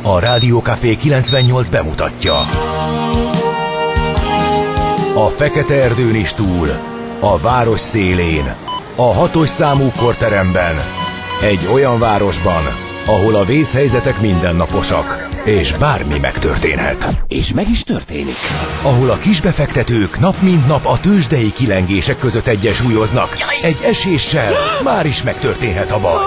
A Rádiókafé 98 bemutatja. A fekete erdőn is túl, a város szélén, a 6-os számú korteremben, egy olyan városban, ahol a vészhelyzetek mindennaposak, és bármi megtörténhet. És meg is történik. Ahol a kisbefektetők nap mint nap a tőzsdei kilengések között egyensúlyoznak. Egy eséssel már is megtörténhet a baj.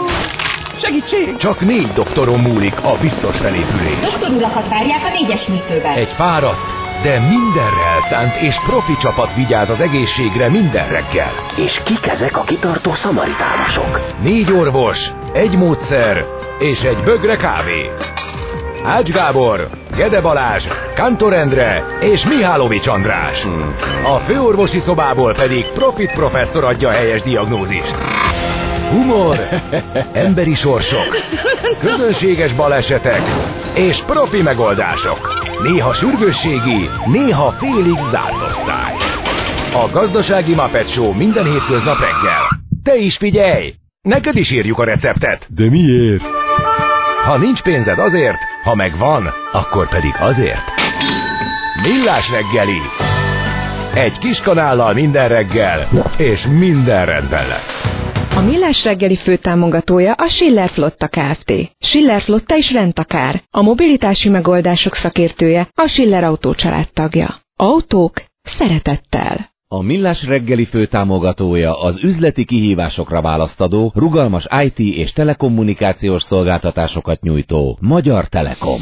Segítség! Csak 4 doktoron múlik a biztos felépülés. Doktor urakat várják a 4-es műtőben. Egy fáradt, de mindenre elszánt és profi csapat vigyáz az egészségre minden reggel. És kik ezek a kitartó szamaritánusok? 4 orvos, 1 módszer és 1 bögre kávé. Ács Gábor, Gede Balázs, Kantor Endre és Mihálovics András. A főorvosi szobából pedig Profit professzor adja a helyes diagnózist. Humor, emberi sorsok, közönséges balesetek és profi megoldások. Néha sürgősségi, néha félig zárt osztály. A Gazdasági Muppet Show minden hétköznap reggel. Te is figyelj! Neked is írjuk a receptet. De miért? Ha nincs pénzed azért, ha megvan, akkor pedig azért. Millás reggeli. Egy kis kanállal minden reggel, és minden rendben lesz. A Millás reggeli főtámogatója a Schiller Flotta Kft. Schiller Flotta is rendtakár. A mobilitási megoldások szakértője, a Schiller Autó család tagja. Autók szeretettel. A Millás reggeli főtámogatója az üzleti kihívásokra választadó, rugalmas IT és telekommunikációs szolgáltatásokat nyújtó Magyar Telekom.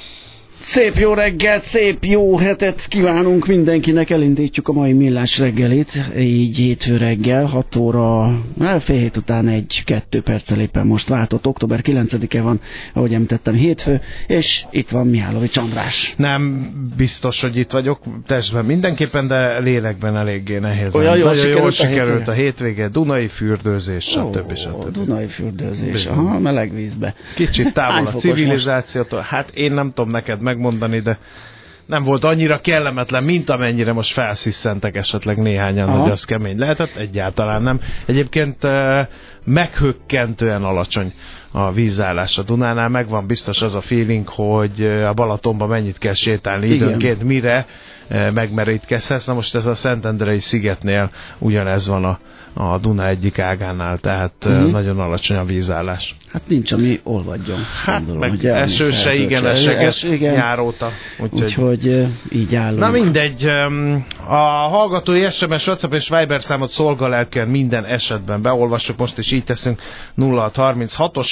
Szép jó reggelt, szép jó hetet kívánunk mindenkinek, elindítjuk a mai Millás reggelit, így hétfő reggel, 6 óra, fél hét után 1-2 perccel éppen most váltott, október 9-e van, ahogy említettem, hétfő, és itt van Mihálovics András. Nem biztos, hogy itt vagyok, testben mindenképpen, de lélekben eléggé nehéz. Olyan jól sikerült a hétvége, Dunai fürdőzés, stb. Dunai fürdőzés, aha, meleg vízbe. Kicsit távol a civilizációtól, hát én nem tudom neked megmondani, de nem volt annyira kellemetlen, mint amennyire most felszisszentek esetleg néhányan, hogy az kemény lehetett, egyáltalán nem. Egyébként meghökkentően alacsony a vízállás a Dunánál, megvan biztos az a feeling, hogy a Balatonban mennyit kell sétálni időnként, mire megmerítkezhetsz. Na most ez a Szentendrei szigetnél ugyanez van a Duna egyik ágánál, tehát nagyon alacsony a vízállás. Hát nincs, ami olvadjon. Hát gondolom, meg eső se, igen, eseget nyáróta. Úgyhogy így állunk. Na mindegy, a hallgatói SMS, WhatsApp és Viber számot szolgalelkűen minden esetben beolvassuk, most is így teszünk. 0636-os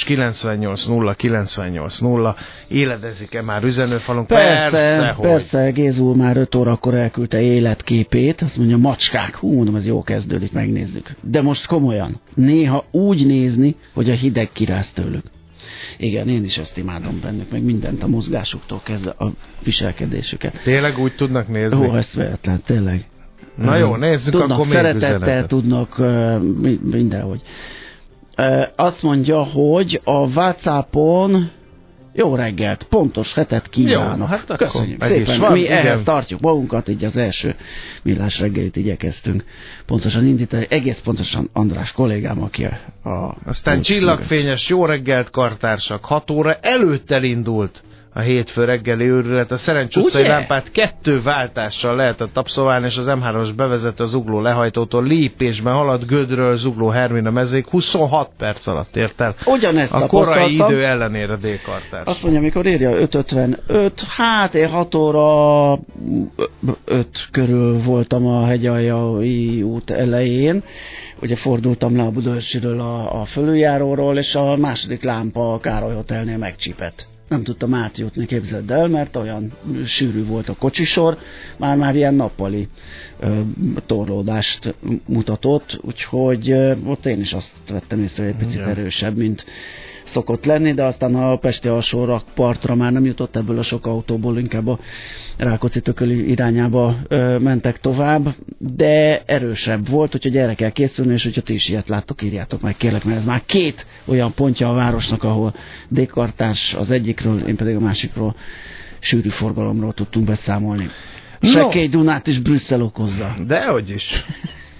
980980. Éledezik-e már üzenőfalunk? Persze, Gézul már 5 órakor elküldte életképét, azt mondja, macskák, mondom, ez jó kezdődik, megnézzük. De most komolyan, néha úgy nézni, hogy a hideg kiráz tőlük. Igen, én is ezt imádom bennük, meg mindent a mozgásuktól kezdve a viselkedésüket. Tényleg úgy tudnak nézni? Ez véletlen, tényleg. Na jó, nézzük tudnak akkor még szeretettel, üzenetet. tudnak mindenhogy. Azt mondja, hogy a WhatsAppon jó reggelt, pontos hetet kívánok. Jó, hát köszönjük szépen. Van, mi ehhez tartjuk magunkat, így az első Millás reggelit igyekeztünk pontosan indítani. Egész pontosan András kollégám, aki aztán csillagfényes jó reggelt, kartársak, 6 óra előtt elindult a hétfő reggeli őrület. A Szerencs utcai lámpát 2 váltással lehetett abszolválni, és az M3-as bevezető a Zugló lehajtótól lépésben halad Gödről Zugló Hermina mezéig 26 perc alatt ért el. Ugyanezt a korai idő ellenére D-kartárs. Azt mondja, amikor írja 5:55, hát én 6 óra 5 körül voltam a Hegyaljai út elején. Ugye fordultam le a Budaörsiről a fölüljáróról, és a második lámpa a Károly Hotelnél megcsípett. Nem tudtam átjutni, képzeld el, mert olyan sűrű volt a kocsisor, már ilyen nappali torlódást mutatott, úgyhogy ott én is azt vettem észre, hogy egy picit erősebb, mint szokott lenni, de aztán a pesti alsó partra már nem jutott ebből a sok autóból, inkább a Rákóczi-Tököli irányába mentek tovább, de erősebb volt, úgyhogy erre kell készülni, és hogyha ti is ilyet láttok, írjátok meg, kérlek, mert ez már 2 olyan pontja a városnak, ahol D-kartárs az egyikről, én pedig a másikról sűrű forgalomról tudtunk beszámolni. Sekély Dunát is Brüsszel okozza. Dehogy is.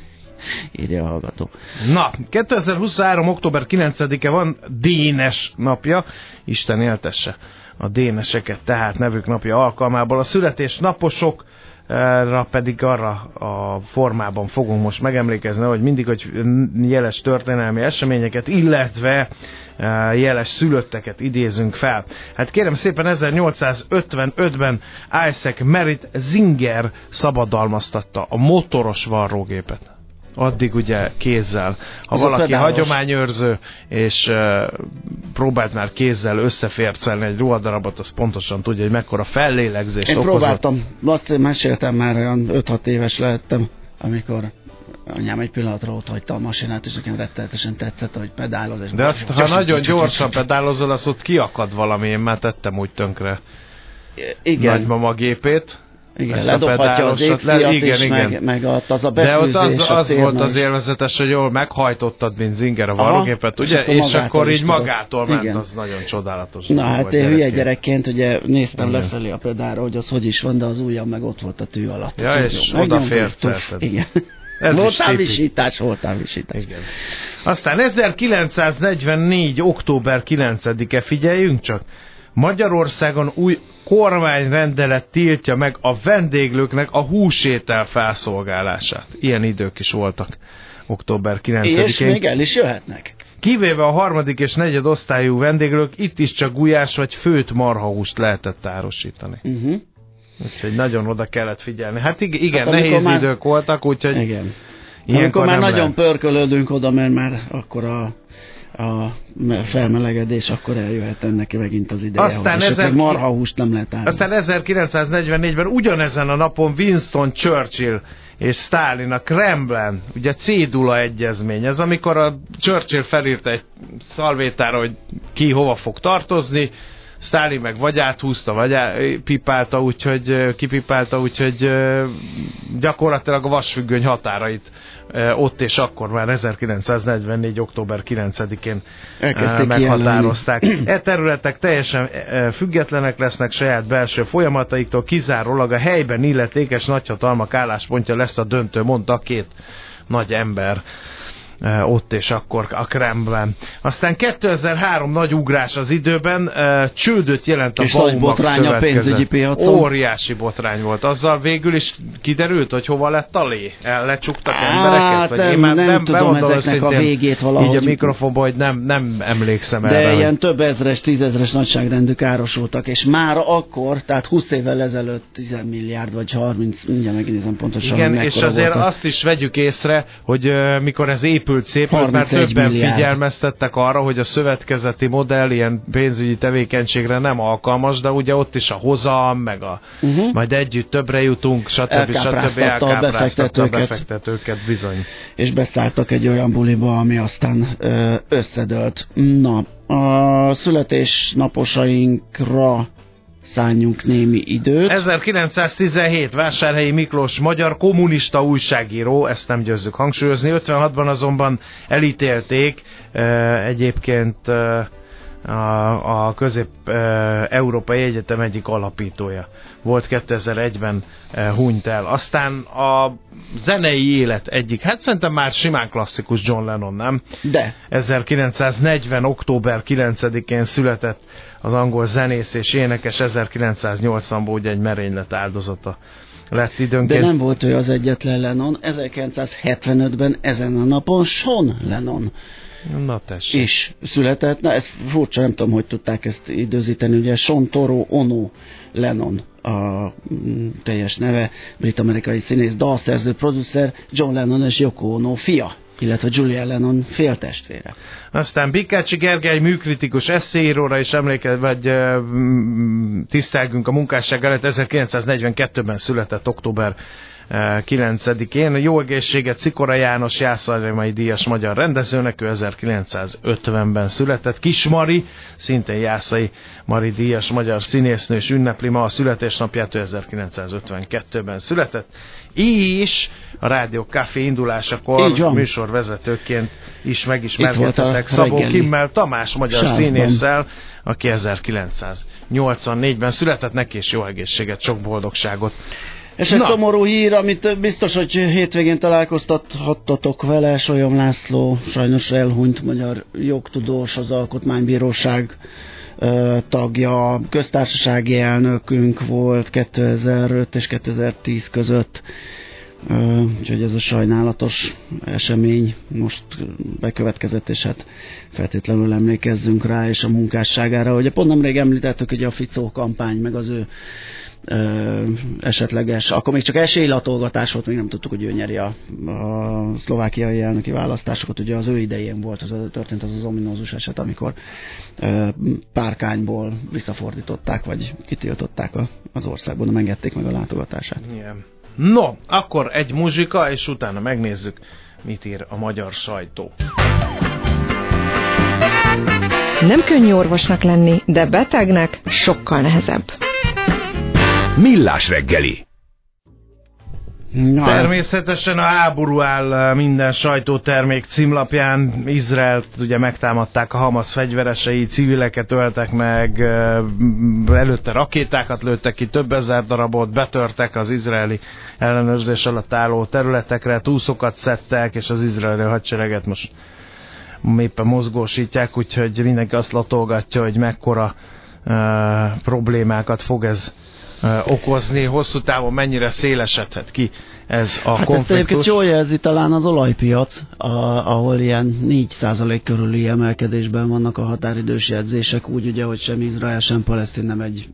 írja a hallgató. Na, 2023. október 9-e van Dénes napja, Isten éltesse a déneseket, tehát nevük napja alkalmából. A születésnaposokra pedig arra a formában fogunk most megemlékezni, hogy mindig, hogy jeles történelmi eseményeket, illetve jeles szülötteket idézünk fel. Hát kérem szépen, 1855-ben Isaac Merritt Singer szabadalmaztatta a motoros varrógépet. Addig ugye kézzel. Ha valaki hagyományőrző, és próbált már kézzel összefércelni egy ruhadarabot, az pontosan tudja, hogy mekkora fellélegzést okozott. Én próbáltam, azt meséltem már, olyan 5-6 éves lehettem, amikor anyám egy pillanatra ott hagyta a masinát, és nekem rettenetesen tetszett, hogy pedáloz. De azt, ha nagyon gyorsan pedálozol, az ott kiakad valami, én már tettem úgy tönkre nagymama gépét. Igen, ledobhatja az égszíjat is, meg az a befűzés. De ott az volt az élvezetes, hogy jól meghajtottad, mint Singer a varrógépet, ugye? És akkor így magától ment, igen. Az nagyon csodálatos. Na hát én hülye gyerekként ugye néztem lefelé a pedálra, hogy az hogy is van, de az ujjam meg ott volt a tű alatt. Ja, és odafércelted. Igen. Voltál visítás. Igen. Aztán 1944. október 9-e, figyeljünk csak, Magyarországon új kormányrendelet tiltja meg a vendéglőknek a húsétel felszolgálását. Ilyen idők is voltak október 9-én. És még el is jöhetnek. Kivéve a 3. és 4. osztályú vendéglők, itt is csak gulyás vagy főtt marhahúst lehetett árusítani. Úgyhogy nagyon oda kellett figyelni. Hát igen, hát nehéz idők voltak, úgyhogy... Igen. Amikor már nagyon pörkölődünk oda, mert már akkor a felmelegedés, akkor eljöhet ennek megint az ideje, aztán hogy marhahúst nem lehet állni. Aztán 1944-ben ugyanezen a napon Winston Churchill és Stalin a Kremlben, ugye cédula egyezmény, ez amikor a Churchill felírta egy szalvétára, hogy ki hova fog tartozni, Stalin meg vagy áthúzta, vagy kipipálta, úgyhogy gyakorlatilag a vasfüggöny határait ott és akkor már 1944. október 9-én meghatározták. E területek teljesen függetlenek lesznek saját belső folyamataiktól, kizárólag a helyben illetékes nagyhatalmak álláspontja lesz a döntő, mondta két nagy ember ott és akkor a Kremlben. Aztán 2003 nagy ugrás az időben, csődöt jelent a Baumax szövetkezet. Óriási botrány volt. Azzal végül is kiderült, hogy hova lett a lé? Lecsuktak embereket? Vagy én már nem tudom ezeknek a végét valahogy. Így a mikrofonban, hogy nem emlékszem erre. De ilyen hogy... több ezres, 10 nagyságrendű károsultak, és már akkor, tehát 20 évvel ezelőtt 10 milliárd vagy 30, mindjárt megnézem pontosan. Igen, és azért voltak. Azt is vegyük észre, hogy mikor ez épült szép, mert többen figyelmeztettek arra, hogy a szövetkezeti modell ilyen pénzügyi tevékenységre nem alkalmas, de ugye ott is a hozam, meg a majd együtt többre jutunk, stb. Elkápráztatta a befektetőket bizony. És beszálltak egy olyan buliba, ami aztán összedőlt. Na, a születésnaposainkra szálljunk némi időt. 1917 Vásárhelyi Miklós magyar kommunista újságíró, ezt nem győzzük hangsúlyozni, 56-ban azonban elítélték egyébként a Közép-Európai Egyetem egyik alapítója. Volt 2001-ben hunyt el. Aztán a zenei élet egyik, hát szerintem már simán klasszikus John Lennon, nem? De. 1940. október 9-én született az angol zenész és énekes, 1980-ban ugye egy merénylet áldozata lett időnként. De nem volt ő az egyetlen Lennon. 1975-ben ezen a napon Sean Lennon és született. Na, ez furcsa, nem tudom, hogy tudták ezt időzíteni. Ugye Sean Toro Ono Lennon a teljes neve, brit-amerikai színész, dalszerző, producer, John Lennon és Yoko Ono fia, illetve Julia Lennon féltestvére. Aztán Bikácsi Gergely műkritikus esszéíróra is tisztelgünk a munkásság előtt. 1942-ben született október 9-én. Jó egészséget Szikora János Jászai díjas magyar rendezőnek, ő 1950-ben született. Kis Mari, szintén Jászai Mari díjas magyar színésznő, és ünnepli ma a születésnapját, ő 1952-ben született. És a Rádió Café indulásakor műsorvezetőként is megismerkedtetek Szabó Kimmel Tamás magyar színésszel, aki 1984-ben született, neki és jó egészséget, sok boldogságot És egy szomorú hír, amit biztos, hogy hétvégén találkoztathattatok vele, Solyom László sajnos elhunyt, magyar jogtudós, az Alkotmánybíróság tagja, köztársasági elnökünk volt 2005 és 2010 között. Úgyhogy ez a sajnálatos esemény most bekövetkezett, és hát feltétlenül emlékezzünk rá, és a munkásságára. Ugye pont nemrég említettük, hogy a Ficó kampány, meg az ő esetleges, akkor még csak esélylatolgatás volt, még nem tudtuk, hogy ő nyeri a szlovákiai elnöki választásokat. Ugye az ő idején volt, történt az ominózus eset, amikor párkányból visszafordították, vagy kitiltották az országból, nem engedték meg a látogatását. Igen. No, akkor egy muzsika, és utána megnézzük, mit ír a magyar sajtó. Nem könnyű orvosnak lenni, de betegnek sokkal nehezebb. Millás reggeli. Természetesen a háború áll minden sajtótermék címlapján. Izraelt ugye megtámadták a Hamasz fegyveresei, civileket öltek meg, előtte rakétákat lőttek ki, több ezer darabot, betörtek az izraeli ellenőrzés alatt álló területekre, túszokat szedtek, és az izraeli hadsereget most éppen mozgósítják, úgyhogy mindenki azt latolgatja, hogy mekkora problémákat fog ez okozni, hosszú távon mennyire szélesedhet ki ez a konfliktus. Ezt egyébként jól jelzi talán az olajpiac, ahol ilyen 4% körüli emelkedésben vannak a határidős jegyzések, úgy ugye, hogy sem Izrael, sem Palesztin nem egy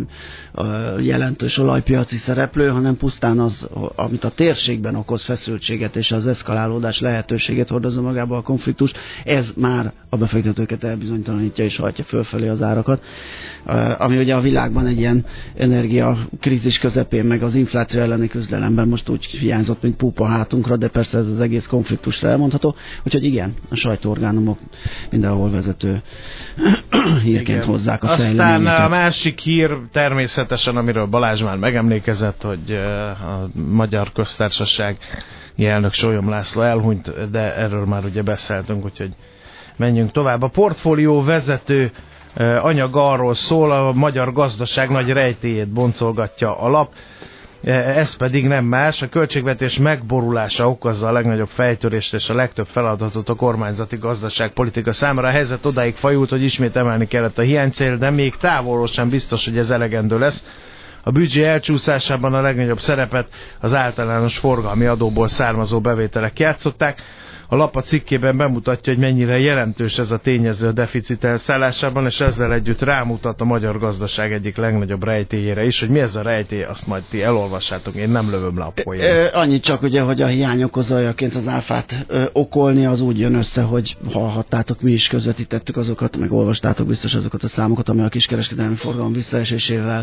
jelentős olajpiaci szereplő, hanem pusztán az, amit a térségben okoz feszültséget és az eszkalálódás lehetőséget hordozza magába a konfliktus, ez már a befektetőket elbizonytalanítja és hajtja fölfelé az árakat, ami ugye a világban egy ilyen energiakrízis közepén, meg az infláció elleni küzdelemben most úgy hiányzott, mint púpa hátunkra, de persze ez az egész konfliktusra elmondható. Úgyhogy igen, a sajtóorgánumok mindenhol vezető hírként hozzák a fejleményeket. Aztán a másik hír természetesen, amiről Balázs már megemlékezett, hogy a Magyar Köztársaság elnök Solyom László elhunyt, de erről már ugye beszéltünk, úgyhogy menjünk tovább. A portfólió vezető anyag arról szól, a magyar gazdaság nagy rejtélyét boncolgatja a lap. Ez pedig nem más, a költségvetés megborulása okozza a legnagyobb fejtörést és a legtöbb feladatot a kormányzati gazdaságpolitika számára. A helyzet odáig fajult, hogy ismét emelni kellett a hiánycél, de még távolról sem biztos, hogy ez elegendő lesz. A büdzsé elcsúszásában a legnagyobb szerepet az általános forgalmi adóból származó bevételek játszották. A lap a cikkében bemutatja, hogy mennyire jelentős ez a tényező a deficit elszállásában, és ezzel együtt rámutat a magyar gazdaság egyik legnagyobb rejtélyére is, hogy mi ez a rejtély, azt majd ti elolvassátok, én nem lövöm le a poént. Annyit csak ugye, hogy a hiány okozójaként az áfát okolni, az úgy jön össze, hogy hallhattátok, mi is közvetítettük azokat, meg olvastátok biztos azokat a számokat, ami a kiskereskedelmi forgalom visszaesésével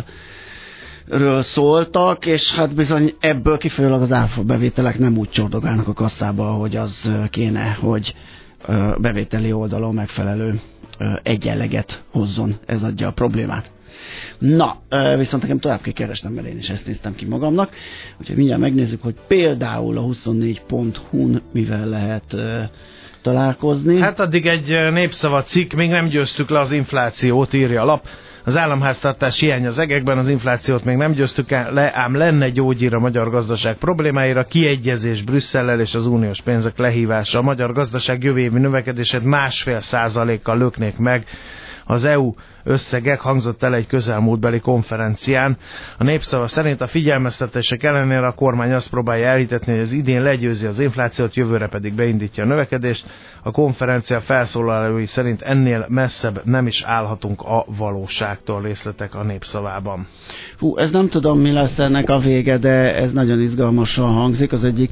szóltak, és hát bizony ebből kifolyólag az áfa bevételek nem úgy csordogálnak a kasszába, ahogy az kéne, hogy bevételi oldalon megfelelő egyenleget hozzon. Ez adja a problémát. Na, viszont nekem tovább kell keresnem, mert én is ezt néztem ki magamnak. Úgyhogy mindjárt megnézzük, hogy például a 24.hu-n mivel lehet találkozni. Hát addig egy népszava cikk, még nem győztük le az inflációt, írja a lap. Az államháztartás hiány az egekben, az inflációt még nem győztük le, ám lenne gyógyír a magyar gazdaság problémáira, kiegyezés Brüsszellel és az uniós pénzek lehívása. A magyar gazdaság jövő évi növekedését 1,5%-kal löknék meg. Az EU összegek, hangzott el egy közelmúltbeli konferencián. A népszava szerint a figyelmeztetések ellenére a kormány azt próbálja elhitetni, hogy az idén legyőzi az inflációt, jövőre pedig beindítja a növekedést. A konferencia felszólalói szerint ennél messzebb nem is állhatunk a valóságtól, részletek a népszavában. Ez nem tudom, mi lesz ennek a vége, de ez nagyon izgalmasan hangzik. Az egyik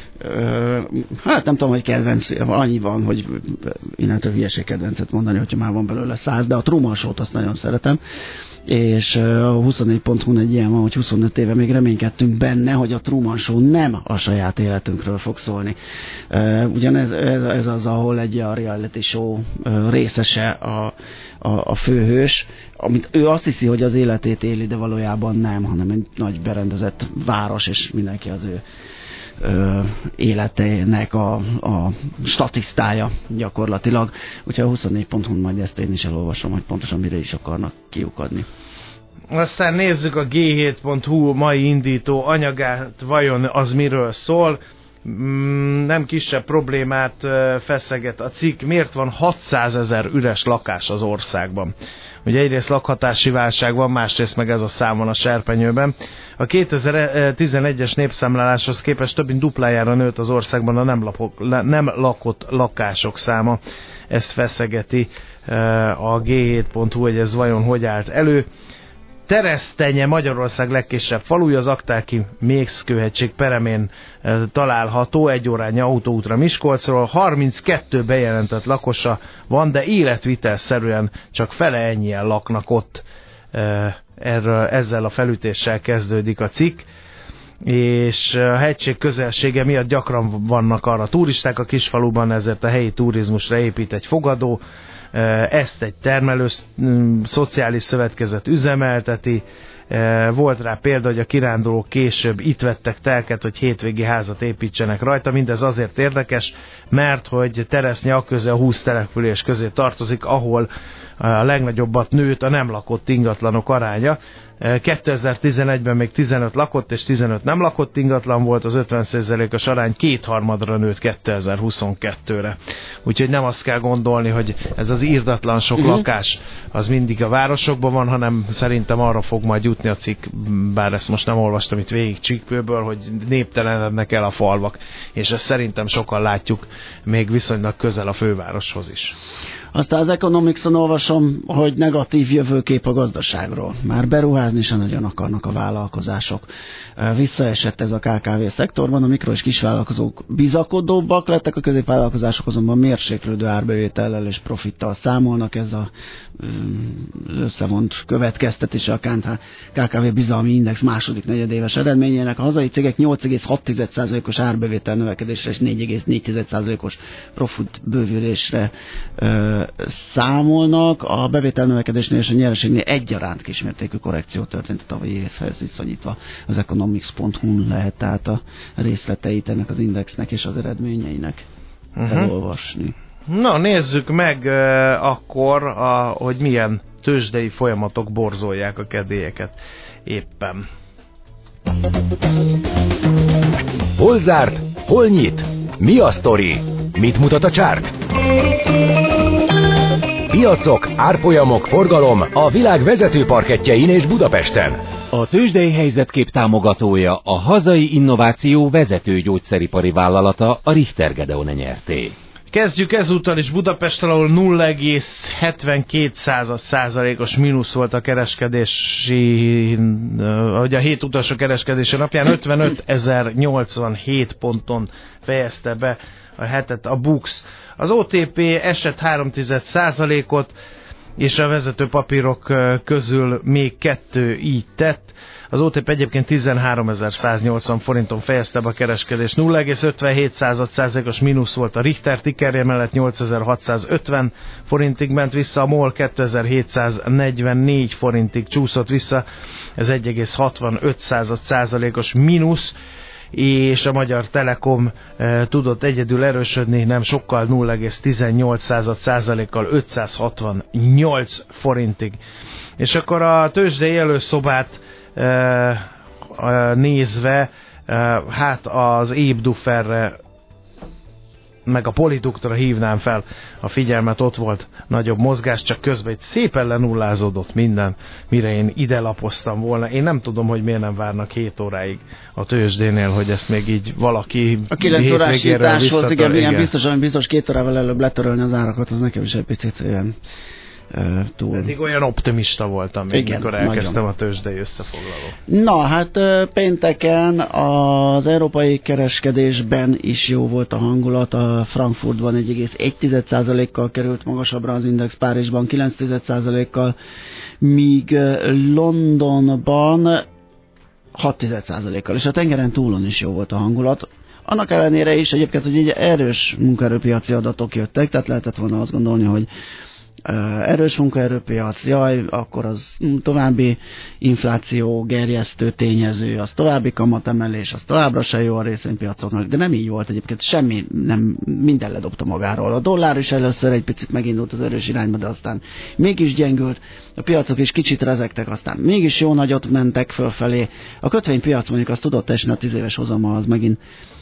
hát nem tudom, hogy kedvenc, annyi van, hogy innentől hülyeség kedvencet mondani, hogyha már van belőle 100, de a Truman Show-t azt nagyon szeretem, és a 24.hu egy ilyen van, hogy 25 éve még reménykedtünk benne, hogy a Truman Show nem a saját életünkről fog szólni. Ugyanez ez az, ahol egy a reality show részese a főhős, amit ő azt hiszi, hogy az életét éli, de valójában nem, hanem egy nagy berendezett város, és mindenki az ő életének a statisztája gyakorlatilag. Úgyhogy a 24.hu majd ezt én is elolvasom, hogy pontosan mire is akarnak kiukadni. Aztán nézzük a G7.hu mai indító anyagát, vajon az miről szól. Nem kisebb problémát feszeget a cikk. Miért van 600 000 üres lakás az országban? Ugye egyrészt lakhatási válság van, másrészt meg ez a szám van a serpenyőben. A 2011-es népszámláláshoz képest több mint duplájára nőtt az országban a nem lakott lakások száma. Ezt feszegeti a G7.hu, hogy ez vajon hogy állt elő. Teresztenye Magyarország legkisebb faluja, az Aktáki Mészkőhegység peremén található, 1 órányi autóútra Miskolcról. 32 bejelentett lakosa van, de életvitelszerűen csak fele ennyien laknak ott. Ezzel a felütéssel kezdődik a cikk, és a hegység közelsége miatt gyakran vannak arra turisták a kisfaluban, ezért a helyi turizmusra épít egy fogadó. Ezt egy termelő szociális szövetkezet üzemelteti. Volt rá példa, hogy a kirándulók később itt vettek telket, hogy hétvégi házat építsenek rajta. Mindez azért érdekes, mert hogy Teresznye akköze a 20 település közé tartozik, ahol a legnagyobbat nőtt a nem lakott ingatlanok aránya. 2011-ben még 15 lakott és 15 nem lakott ingatlan volt, az 50%-os arány 2/3 nőtt 2022-re. Úgyhogy nem azt kell gondolni, hogy ez az irdatlan sok lakás az mindig a városokban van, hanem szerintem arra fog majd jutni a cikk, bár ezt most nem olvastam itt végig cikkből, hogy néptelenednek el a falvak, és ezt szerintem sokan látjuk még viszonylag közel a fővároshoz is. Aztán az Economics-on olvasom, hogy negatív jövőkép a gazdaságról. Már beruházni sem nagyon akarnak a vállalkozások. Visszaesett ez a KKV szektorban, a mikro- és kisvállalkozók bizakodóbbak lettek, a középvállalkozások azonban mérséklődő árbevétellel és profittal számolnak. Ez a összevont következtetése a KKV bizalmi index második negyedéves eredményének. A hazai cégek 8,6%-os árbevétel növekedésre és 4,4%-os profit bővülésre számolnak. A bevétel növekedésnél és a nyereségnél egyaránt kismértékű korrekció történt a tavalyi évhez viszonyítva. Az Economics.hu lehet tehát a részleteit ennek az indexnek és az eredményeinek elolvasni. Na, nézzük meg akkor, hogy milyen tőzsdei folyamatok borzolják a kedélyeket éppen. Hol zárt? Hol nyit? Mi a sztori? Mit mutat a csárt? Piacok, árfolyamok, forgalom a világ vezető parkettjein és Budapesten. A tőzsdei helyzetkép támogatója a hazai innováció vezető gyógyszeripari vállalata, a Richter Gedeon nyerté. Kezdjük ezúttal is Budapesten, ahol 0,72%-os mínusz volt a kereskedési, hogy a hét utolsó kereskedési napján 55.087 ponton fejezte be a hetet a BUX. Az OTP esett 0,3%-ot, és a vezető papírok közül még 2 így tett. Az OTP egyébként 13.180 forinton fejezte be a kereskedést. 0,57%-os mínusz volt a Richter tikerje mellett, 8.650 forintig ment vissza, a MOL 2.744 forintig csúszott vissza, ez 1,65%-os mínusz, és a Magyar Telekom tudott egyedül erősödni, nem sokkal, 0,18%-kal 568 forintig. És akkor a tőzsdei előszobát nézve, hát az Ébdufferre meg a Polyduktra hívnám fel a figyelmet, ott volt nagyobb mozgás, csak közben itt szépen lenullázódott minden, mire én ide lapoztam volna. Én nem tudom, hogy miért nem várnak 7 óráig a tőzsdénél, hogy ezt még így valaki a 9 órás nyitáshoz, igen, biztos 2 órával előbb letörölni az árakat, az nekem is egy picit ilyen túl. Eddig olyan optimista voltam még, mikor elkezdtem a tőzsdei összefoglaló. Na, hát pénteken az európai kereskedésben is jó volt a hangulat. A Frankfurtban 1,1%-kal került magasabbra az index, Párizsban 9%-kal, míg Londonban 6%-kal, és a tengeren túlon is jó volt a hangulat. Annak ellenére is egyébként, hogy egy erős munkaerőpiaci adatok jöttek, tehát lehetett volna azt gondolni, hogy erős munkaerőpiac, akkor az további infláció gerjesztő tényező, az további kamatemelés, az továbbra se jó a részvénypiacoknak, de nem így volt egyébként, semmi, nem, minden ledobta magáról. A dollár is először egy picit megindult az erős irányba, de aztán mégis gyengült, a piacok is kicsit rezegtek, aztán mégis jó nagyot mentek fölfelé. A kötvénypiac mondjuk azt tudott esni, a 10 éves hozama az megint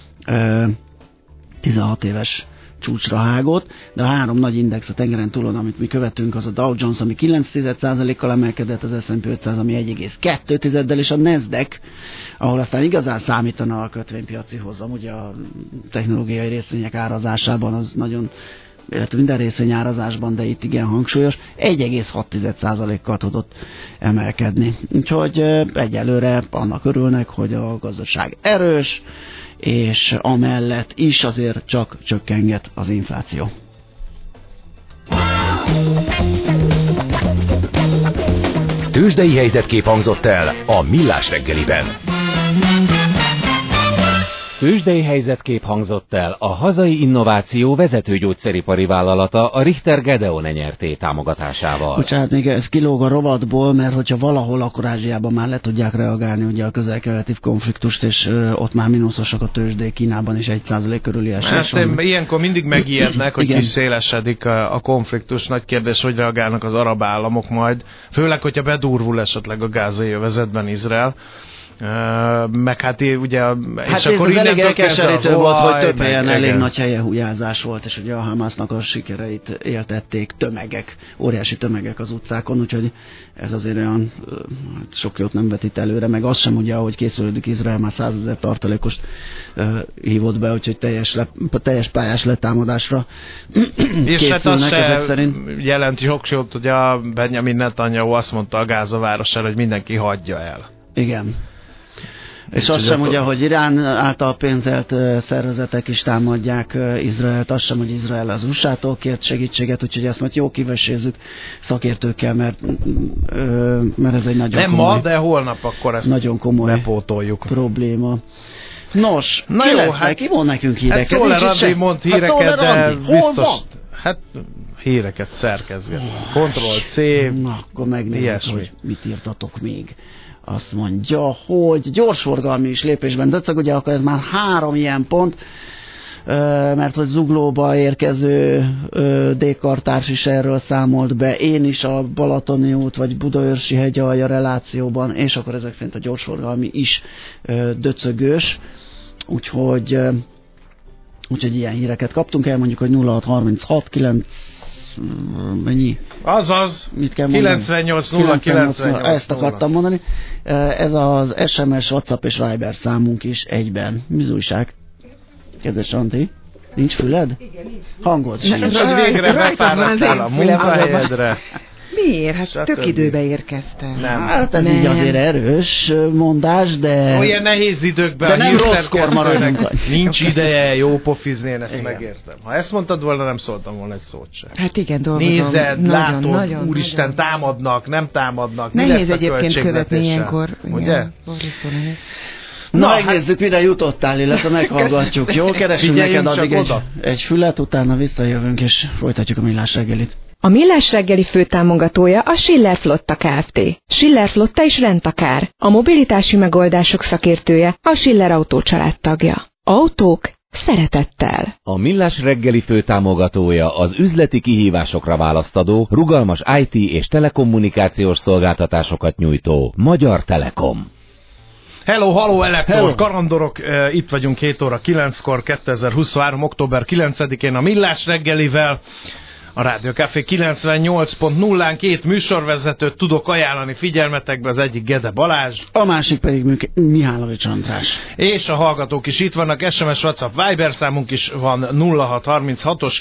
16 éves csúcsra hágott, de a 3 nagy index a tengeren túlon, amit mi követünk, az a Dow Jones, ami 9,1%-kal emelkedett, az S&P 500, ami 1,2-del, és a Nasdaq, ahol aztán igazán számítana a kötvénypiaci hozam, ugye a technológiai részvények árazásában az nagyon, illetve minden részvény árazásban, de itt igen hangsúlyos, 1,6%-kal tudott emelkedni. Úgyhogy egyelőre annak örülnek, hogy a gazdaság erős, és amellett is azért csak csökkenget az infláció. Tőzsdei helyzetkép hangzott el a Millás reggeliben. Tőzsdei helyzetkép hangzott el a hazai innováció vezető gyógyszeripari vállalata a Richter Gedeon NRT támogatásával. Bocsánat, még ez kilóg a rovatból, mert hogyha valahol, akkor Ázsiában már le tudják reagálni ugye a közel-keleti konfliktust, és ott már mínuszosak a tőzsdék, Kínában is 1% körüli esés. Hát ilyenkor mindig megijednek, hogy kiszélesedik a konfliktus. Nagy kérdés, hogy reagálnak az arab államok majd, főleg, hogyha bedurvul esetleg a gázai övezetben Izrael. Meg hát ugye... Hát és akkor elég elkeserítő volt, hogy több helyen elég nagy helyehújázás volt, és ugye a Hamásznak a sikereit éltették tömegek, óriási tömegek az utcákon, úgyhogy ez azért olyan sok jót nem vetít előre, meg az sem ugye, ahogy készülődik Izrael, már 100 000 tartalékost hívott be, úgyhogy teljes pályás letámadásra és hát az se jelenti sok jót, hogy a Benjamin Netanyahu azt mondta a Gázavárosára, hogy mindenki hagyja el. Igen. És azt sem ugye, hogy Irán által pénzelt szervezetek is támadják Izraelt, azt sem, hogy Izrael az USA-tól kért segítséget, úgyhogy ezt majd jó kivesézzük szakértőkkel, mert ez egy nagyon nem komoly... Nem ma, de holnap akkor ezt nagyon komoly bepótoljuk. Probléma. Nos, ki mond nekünk híreket? Hát Czoller Andi mond híreket, de biztos... Hát híreket szerkezget. Ctrl-C, na, akkor megnézzük, hogy mit írtatok még. Azt mondja, hogy gyorsforgalmi is lépésben döcög, ugye akkor ez már 3 ilyen pont, mert hogy Zuglóba érkező D-kartárs is erről számolt be, én is a Balatoni út vagy Budaörsi hegyalja relációban, és akkor ezek szerint a gyorsforgalmi is döcögős, úgyhogy ilyen híreket kaptunk el, mondjuk, hogy 0636 9 mennyi? Azaz, 98 ezt akartam mondani. Ez az SMS, WhatsApp és Viber számunk is egyben. Mi az újság? Kedves Antti, nincs füled? Igen, nincs. Hangod sincs. Hogy végre befáradtál a munkahelyedre. Miért? Hát tök időbe érkeztem. Nem. Hát ez így azért erős mondás, de... Olyan nehéz időkben de nem rosszkor maradunk. Nincs ideje jó pofizni, én ezt megértem. Ha ezt mondtad volna, nem szóltam volna egy szót sem. Hát igen, dolgozom. Nézed, látod, nagyon, úristen, nagyon. Támadnak, nem támadnak. Nehéz egyébként követni ilyenkor. Ugye? Na, megnézzük, mire jutottál, illetve meghallgatjuk. Jó, keresünk neked addig egy fület, utána visszajövünk, és folytatjuk a Millás reggelit. A Millás reggeli főtámogatója a Schiller Flotta Kft. Schiller Flotta és Rendtakár. A mobilitási megoldások szakértője, a Schiller Autó családtagja. Autók szeretettel. A Millás reggeli főtámogatója az üzleti kihívásokra választadó, rugalmas IT és telekommunikációs szolgáltatásokat nyújtó Magyar Telekom. Hello, Elektor, karandorok, itt vagyunk 7 óra 9-kor, 2023. október 9-én a Millás reggelivel. A Rádió Café 98.0-án 2 műsorvezetőt tudok ajánlani figyelmetekbe, az egyik Gede Balázs. A másik pedig Mihálovics András. És a hallgatók is itt vannak, SMS, WhatsApp, Viber számunk is van 0636-os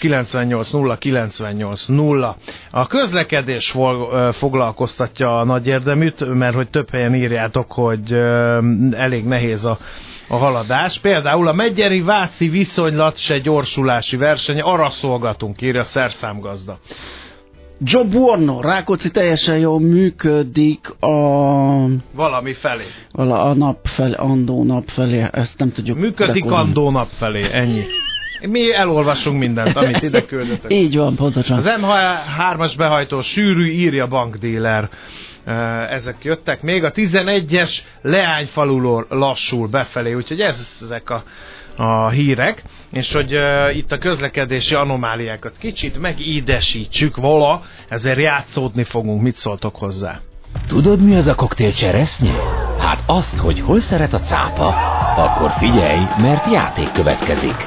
980980. A közlekedés foglalkoztatja a nagy érdeműt, mert hogy több helyen írjátok, hogy elég nehéz a haladás. Például a Megyeri-Váci viszonylat se gyorsulási verseny, arra szolgatunk, írja Szerszámgazda. Joe Buono, Rákóczi teljesen jól működik valami felé. A nap felé, Andó nap felé, ezt nem tudjuk. Működik Andó nap felé, ennyi. Mi elolvassunk mindent, amit ide küldöttek. Így van, pontosan. Az M3-as behajtó sűrű, írja bankdíler. Ezek jöttek. Még a 11-es Leányfaluról lassul befelé, úgyhogy ezek a hírek, és hogy itt a közlekedési anomáliákat kicsit megídesítsük vala, ezért játszódni fogunk. Mit szóltok hozzá? Tudod, mi az a koktél cseresznye? Hát azt, hogy hol szeret a cápa, akkor figyelj, mert játék következik.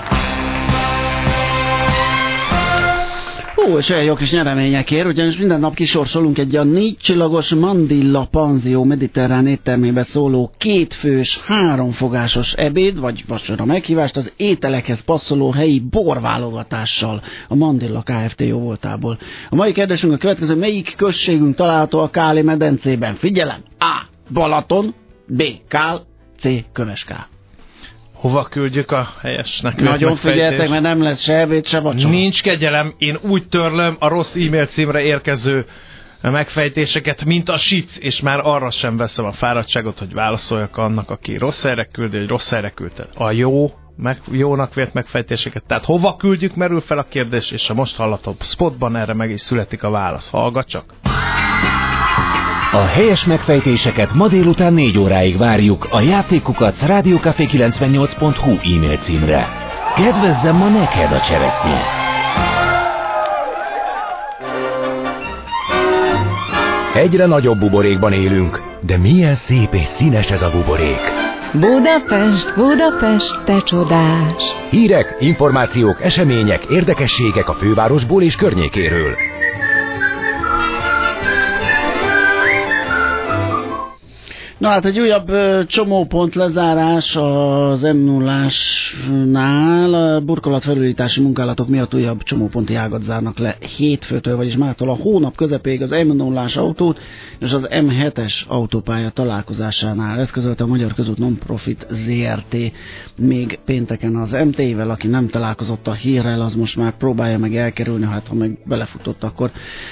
És olyan jó kis nyereményekért, ugyanis minden nap kisorsolunk egy a 4 csillagos Mandilla Panzió mediterrán éttermébe szóló 2 fős, 3 fogásos ebéd, vagy vacsora meghívást az ételekhez passzoló helyi borválogatással a Mandilla Kft. Jóvoltából. A mai kérdésünk a következő: melyik községünk található a Káli medencében? Figyelem! A. Balaton, B. Kál, C. Köveskál. Hova küldjük a helyesnek? Nagyon figyeltek, mert nem lesz se ebéd, se vacsora. Nincs kegyelem, én úgy törlöm a rossz e-mail címre érkező megfejtéseket, mint a sic, és már arra sem veszem a fáradtságot, hogy válaszoljak annak, aki rossz helyre küldi, hogy rossz helyre küldte. A jónak vélt megfejtéseket. Tehát hova küldjük, merül fel a kérdés, és a most hallható spotban erre meg is születik a válasz. Hallgat csak! A helyes megfejtéseket ma délután 4 óráig várjuk a játékukac@rádiókafé98.hu e-mail címre. Kedvezzem ma neked a cseresznye! Egyre nagyobb buborékban élünk, de milyen szép és színes ez a buborék. Budapest, Budapest, te csodás! Hírek, információk, események, érdekességek a fővárosból és környékéről. Na hát egy újabb csomópont lezárás az M0-ásnál. Burkolatfelújítási munkálatok miatt újabb csomóponti ágat zárnak le hétfőtől, vagyis mától a hónap közepéig az M0-ás autót és az M7-es autópálya találkozásánál. Ezt közölte a Magyar Közút Non-Profit ZRT még pénteken az MT-vel, aki nem találkozott a hírrel, az most már próbálja meg elkerülni, hát ha meg belefutott, akkor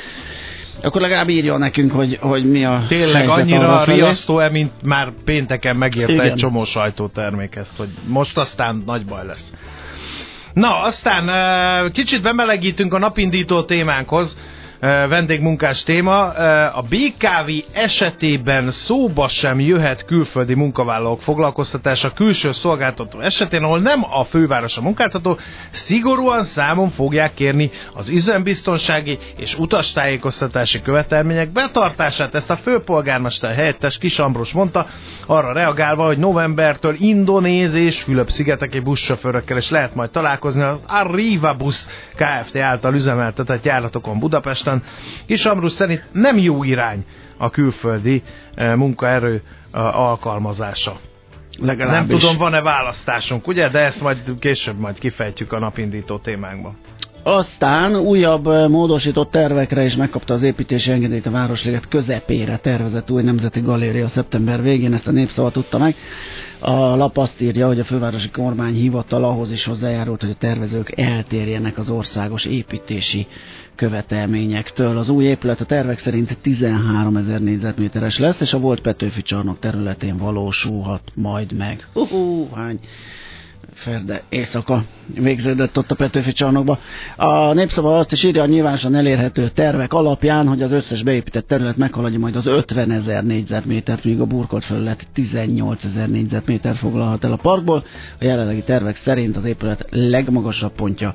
legalább írja nekünk, hogy mi a tényleg annyira riasztó-e, mint már pénteken megírta igen. Egy csomó sajtótermék ezt, hogy most aztán nagy baj lesz. Na, aztán kicsit bemelegítünk a napindító témánkhoz, vendégmunkás téma. A BKV esetében szóba sem jöhet külföldi munkavállalók foglalkoztatása külső szolgáltató esetén, ahol nem a főváros a munkáltató, szigorúan számon fogják kérni az üzembiztonsági és utastájékoztatási követelmények betartását. Ezt a főpolgármester helyettes Kis Ambrus mondta, arra reagálva, hogy novembertől indonéz és Fülöp-szigeteki buszsofőrökkel is lehet majd találkozni az Arriva Bus Kft. Által üzemeltetett járatokon Budapesten. Kis Ambrus szerint nem jó irány a külföldi munkaerő alkalmazása. Legalábbis. Nem tudom, van-e választásunk, ugye? De ezt majd később kifejtjük a napindító témánkban. Aztán újabb módosított tervekre is megkapta az építési engedélyt a Városliget közepére tervezett új nemzeti galéria szeptember végén, ezt a Népszava tudta meg. A lap azt írja, hogy a fővárosi kormányhivatal ahhoz is hozzájárult, hogy a tervezők eltérjenek az országos építési követelményektől. Az új épület a tervek szerint 13 000 négyzetméteres lesz, és a volt Petőfi csarnok területén valósulhat majd meg. Hány ferde éjszaka végződött ott a Petőfi csarnokba. A Népszava azt is írja, a nyilvánosan elérhető tervek alapján, hogy az összes beépített terület meghaladja majd az 50 000 négyzetmétert, míg a burkolt felület 18 000 négyzetmétert foglalhat el a parkból. A jelenlegi tervek szerint az épület legmagasabb pontja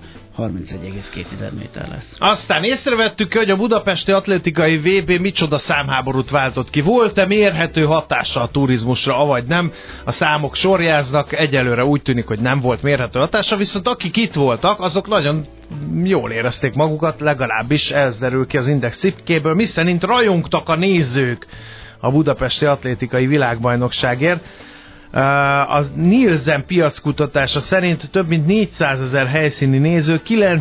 31,2 méter lesz. Aztán észrevettük, hogy a budapesti atlétikai VB micsoda számháborút váltott ki. Volt-e mérhető hatása a turizmusra, avagy nem? A számok sorjáznak, egyelőre úgy tűnik, hogy nem volt mérhető hatása, viszont akik itt voltak, azok nagyon jól érezték magukat, legalábbis ez derül ki az Index cikkéből, miszerint rajongtak a nézők a budapesti atlétikai világbajnokságért. A Nielsen piackutatása szerint több mint 400 000 helyszíni néző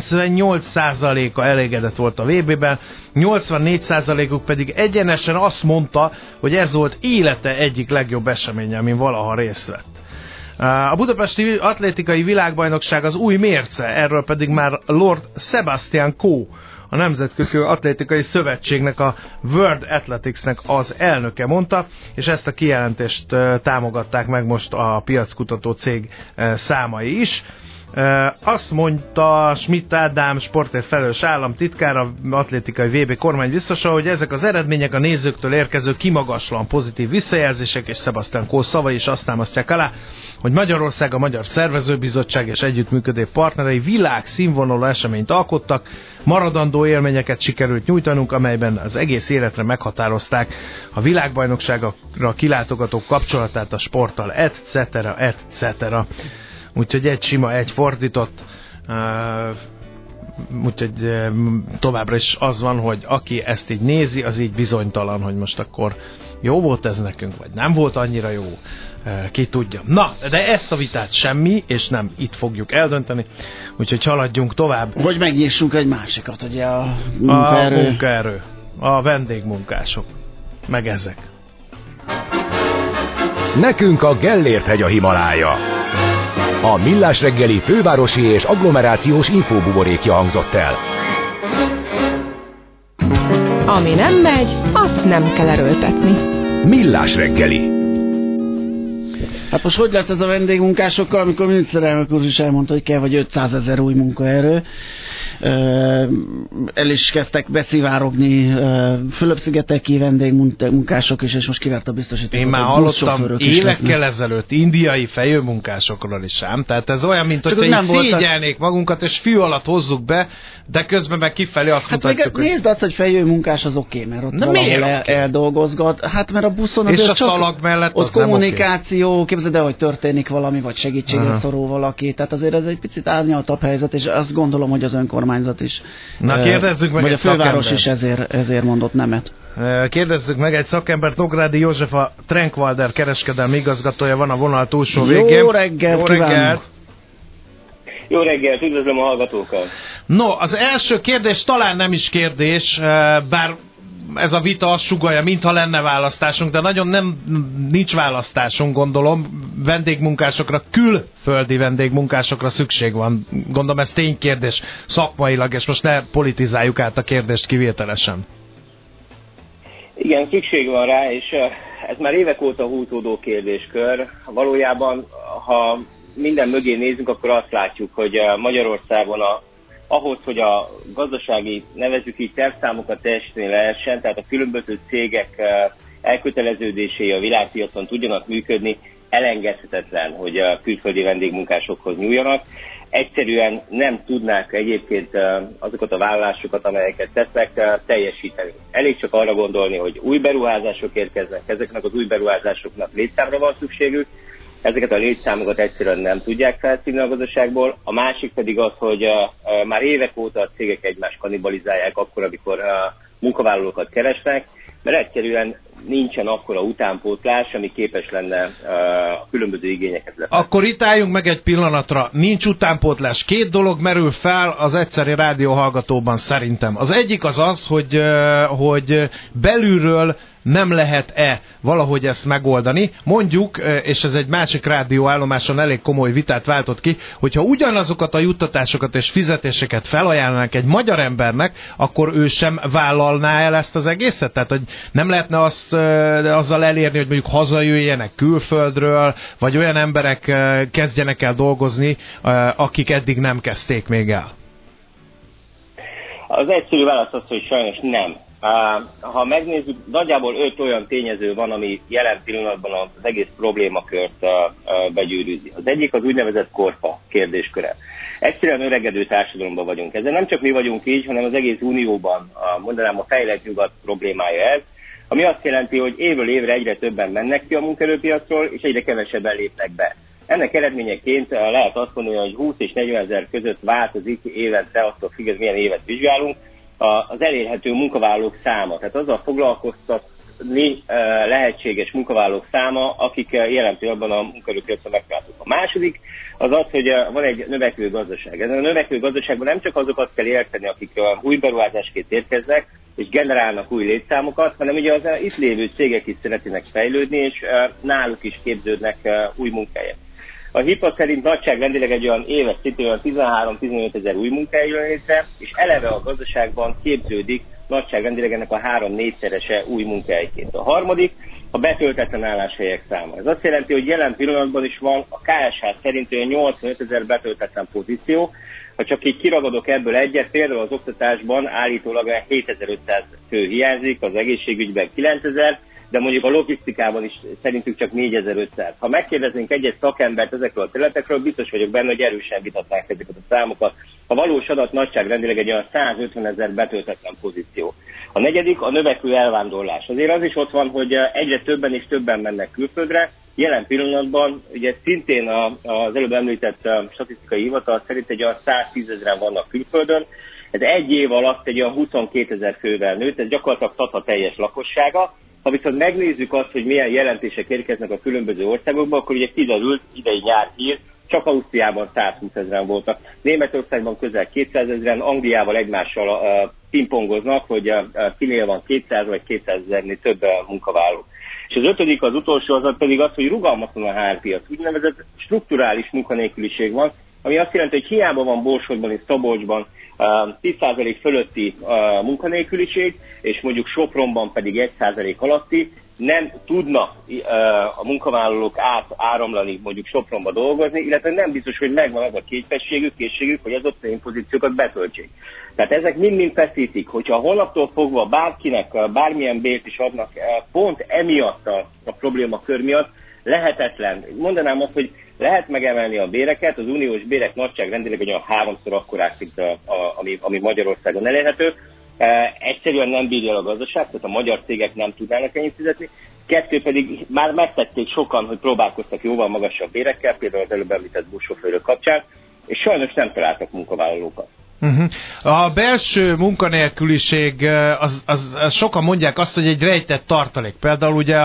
98%-a elégedett volt a VB-ben, 84%-uk pedig egyenesen azt mondta, hogy ez volt élete egyik legjobb eseménye, amin valaha részt vett. A budapesti atlétikai világbajnokság az új mérce, erről pedig már Lord Sebastian Coe, a Nemzetközi Atlétikai Szövetségnek, a World Athleticsnek az elnöke mondta, és ezt a kijelentést támogatták meg most a piackutató cég számai is. Azt mondta Schmidt Ádám, sportért felelős államtitkár, a atlétikai VB kormánybiztosa, hogy ezek az eredmények a nézőktől érkező kimagaslóan pozitív visszajelzések, és Sebastian Coe szavai is azt támasztják alá, hogy Magyarország, a Magyar Szervezőbizottság és együttműködő partnerei világszínvonalú eseményt alkottak, maradandó élményeket sikerült nyújtanunk, amelyben az egész életre meghatározták a világbajnokságra kilátogatók kapcsolatát a sporttal, etc. Úgyhogy egy sima, egy fordított, úgyhogy továbbra is az van, hogy aki ezt így nézi, az így bizonytalan, hogy most akkor jó volt ez nekünk, vagy nem volt annyira jó, ki tudja. Na, de ezt a vitát semmi, és nem itt fogjuk eldönteni, úgyhogy haladjunk tovább. Hogy megnyissunk egy másikat, ugye a munkaerő, a vendégmunkások, meg ezek. Nekünk a Gellért-hegy a Himalája. A Millás reggeli fővárosi és agglomerációs infóbuborékja hangzott el. Ami nem megy, azt nem kell erőltetni. Millás reggeli. Hát most hogy lesz ez a vendégmunkásokkal, amikor a miniszterelnök úr is elmondta, hogy kell vagy 500 000 új munkaerő. El is kezdtek beszivárogni Fülöp-szigeteki vendégmunkások is, és most kivert a biztosítót. Én már hallottam évekkel ezelőtt indiai fejőmunkásokról is ám. Tehát ez olyan, mint hogyha így szégyelnék magunkat, és fű alatt hozzuk be, de közben meg kifelé azt mutatjuk, hogy... Nézd azt, hogy fejőmunkás az oké, mert ott valahol eldolgozgat. Hát mert a buszon és a szalag mellett ott kommunikáció, képzeld el, hogy történik valami, vagy segítségre szorul valaki. Tehát azért ez egy picit árnyaltabb helyzet, és azt gondolom, hogy az önkormányzat is. Na kérdezzük meg, vagy a főváros is ezért mondott nemet. Kérdezzük meg egy szakembert, Nográdi József, a Trenkwalder kereskedelmi igazgatója van a vonal túlsó végén. Jó reggelt kívánok! Jó reggelt, üdvözlöm a hallgatókat! No, az első kérdés talán nem is kérdés, bár ez a vita azt sugallja, mintha lenne választásunk, de nagyon nincs választásunk, gondolom. Vendégmunkásokra, külföldi vendégmunkásokra szükség van. Gondolom ez ténykérdés szakmailag, és most ne politizáljuk át a kérdést kivételesen. Igen, szükség van rá, és ez már évek óta húzódó kérdéskör. Valójában, ha minden mögé nézünk, akkor azt látjuk, hogy Magyarországon ahhoz, hogy a gazdasági, nevezzük így, tervszámokat teljesíteni lehessen, tehát a különböző cégek elköteleződései a világpiacon tudjanak működni, elengedhetetlen, hogy a külföldi vendégmunkásokhoz nyúljanak. Egyszerűen nem tudnák egyébként azokat a vállalásokat, amelyeket tesznek, teljesíteni. Elég csak arra gondolni, hogy új beruházások érkeznek, ezeknek az új beruházásoknak létszámra van szükségük, ezeket a létszámokat egyszerűen nem tudják felszívni a gazdaságból. A másik pedig az, hogy már évek óta a cégek egymást kannibalizálják akkor, amikor munkavállalókat keresnek, mert egyszerűen nincsen akkora utánpótlás, ami képes lenne a különböző igényeket lefedni. Akkor itt álljunk meg egy pillanatra. Nincs utánpótlás. Két dolog merül fel az egyszeri rádióhallgatóban szerintem. Az egyik az, hogy belülről nem lehet-e valahogy ezt megoldani. Mondjuk, és ez egy másik rádióállomáson elég komoly vitát váltott ki, hogyha ugyanazokat a juttatásokat és fizetéseket felajánlnak egy magyar embernek, akkor ő sem vállalná el ezt az egészet? Tehát, hogy nem lehetne azzal elérni, hogy mondjuk hazajöjjenek külföldről, vagy olyan emberek kezdjenek el dolgozni, akik eddig nem kezdték még el? Az egyszerű válasz az, hogy sajnos nem. Ha megnézzük, nagyjából 5 olyan tényező van, ami jelen pillanatban az egész problémakört begyűrűzi. Az egyik az úgynevezett korfa kérdésköre. Egyszerűen öregedő társadalomban vagyunk. Ezzel nem csak mi vagyunk így, hanem az egész Unióban, mondanám a fejlett nyugat problémája ez, ami azt jelenti, hogy évről évre egyre többen mennek ki a munkaerőpiacról, és egyre kevesebben lépnek be. Ennek eredményeként lehet azt mondani, hogy 20 és 40 ezer között változik évente, attól függ, ez milyen évet vizsgálunk, az elérhető munkavállalók száma. Tehát azzal foglalkoztatni lehetséges munkavállalók száma, akik jelen pillanatban a munkaerőpiacon megtalálhatók. A második az az, hogy van egy növekvő gazdaság. Ezen a növekvő gazdaságban nem csak azokat kell érteni, akik új beruházásként érkeznek, és generálnak új létszámokat, hanem ugye az itt lévő cégek is szeretnének fejlődni, és náluk is képződnek új munkahelyek. A HIPA szerint nagyságrendileg egy olyan éves szintű, olyan 13-15 ezer új munkahely jön létre, és eleve a gazdaságban képződik nagyságrendileg ennek a 3-4-szerese új munkahelyként. A harmadik a betöltetlen álláshelyek száma. Ez azt jelenti, hogy jelen pillanatban is van a KSH szerint olyan 85 000 betöltetlen pozíció. Ha csak így kiragadok ebből egyet, például az oktatásban állítólag 7500 fő hiányzik, az egészségügyben 9000, de mondjuk a logisztikában is szerintük csak 4500. Ha megkérdeznénk egy-egy szakembert ezekről a területekről, biztos vagyok benne, hogy erősen vitatnánk ezeket a számokat. A valós adat nagyságrendileg egy olyan 150 000 betöltetlen pozíció. A negyedik a növekvő elvándorlás. Azért az is ott van, hogy egyre többen és többen mennek külföldre. Jelen pillanatban, ugye szintén az előbb említett statisztikai hivatal szerint egy olyan 110 000-en vannak külföldön. Ez egy év alatt egy olyan 22 000 fővel nőtt, ez gyakorlatilag Szata teljes lakossága. Ha viszont megnézzük azt, hogy milyen jelentések érkeznek a különböző országokba, akkor ugye kiderült idei nyár hír, csak Ausztriában 120 000-en voltak, Németországban közel 200 000-en, Angliával egymással pingpongoznak, hogy kinél van 200 vagy 200 000-nél több munkavállaló. És az ötödik, az utolsó az pedig az, hogy rugalmatlan a HR-piac. Úgynevezett strukturális munkanélküliség van, ami azt jelenti, hogy hiába van Borsodban és Szabolcsban 10% fölötti munkanélküliség, és mondjuk Sopronban pedig 1% alatti, nem tudnak a munkavállalók áramlani mondjuk Sopronba dolgozni, illetve nem biztos, hogy megvan az a készségük, hogy az ottani pozíciókat betöltsék. Tehát ezek mind-mind feszítik, hogyha holnaptól fogva bárkinek bármilyen bért is adnak, pont emiatt a problémakör miatt lehetetlen. Mondanám azt, hogy lehet megemelni a béreket, az uniós bérek nagyságrendileg olyan 3-szor akkorák, mint ami Magyarországon elérhető. Egyszerűen nem bírja a gazdaság, tehát a magyar cégek nem tudnának ennyit fizetni. Kettő pedig már megtették sokan, hogy próbálkoztak jóval magasabb bérekkel, például az előbb említett buszsofőrök kapcsán, és sajnos nem találtak munkavállalókat. A belső munkanélküliség, az sokan mondják azt, hogy egy rejtett tartalék. Például ugye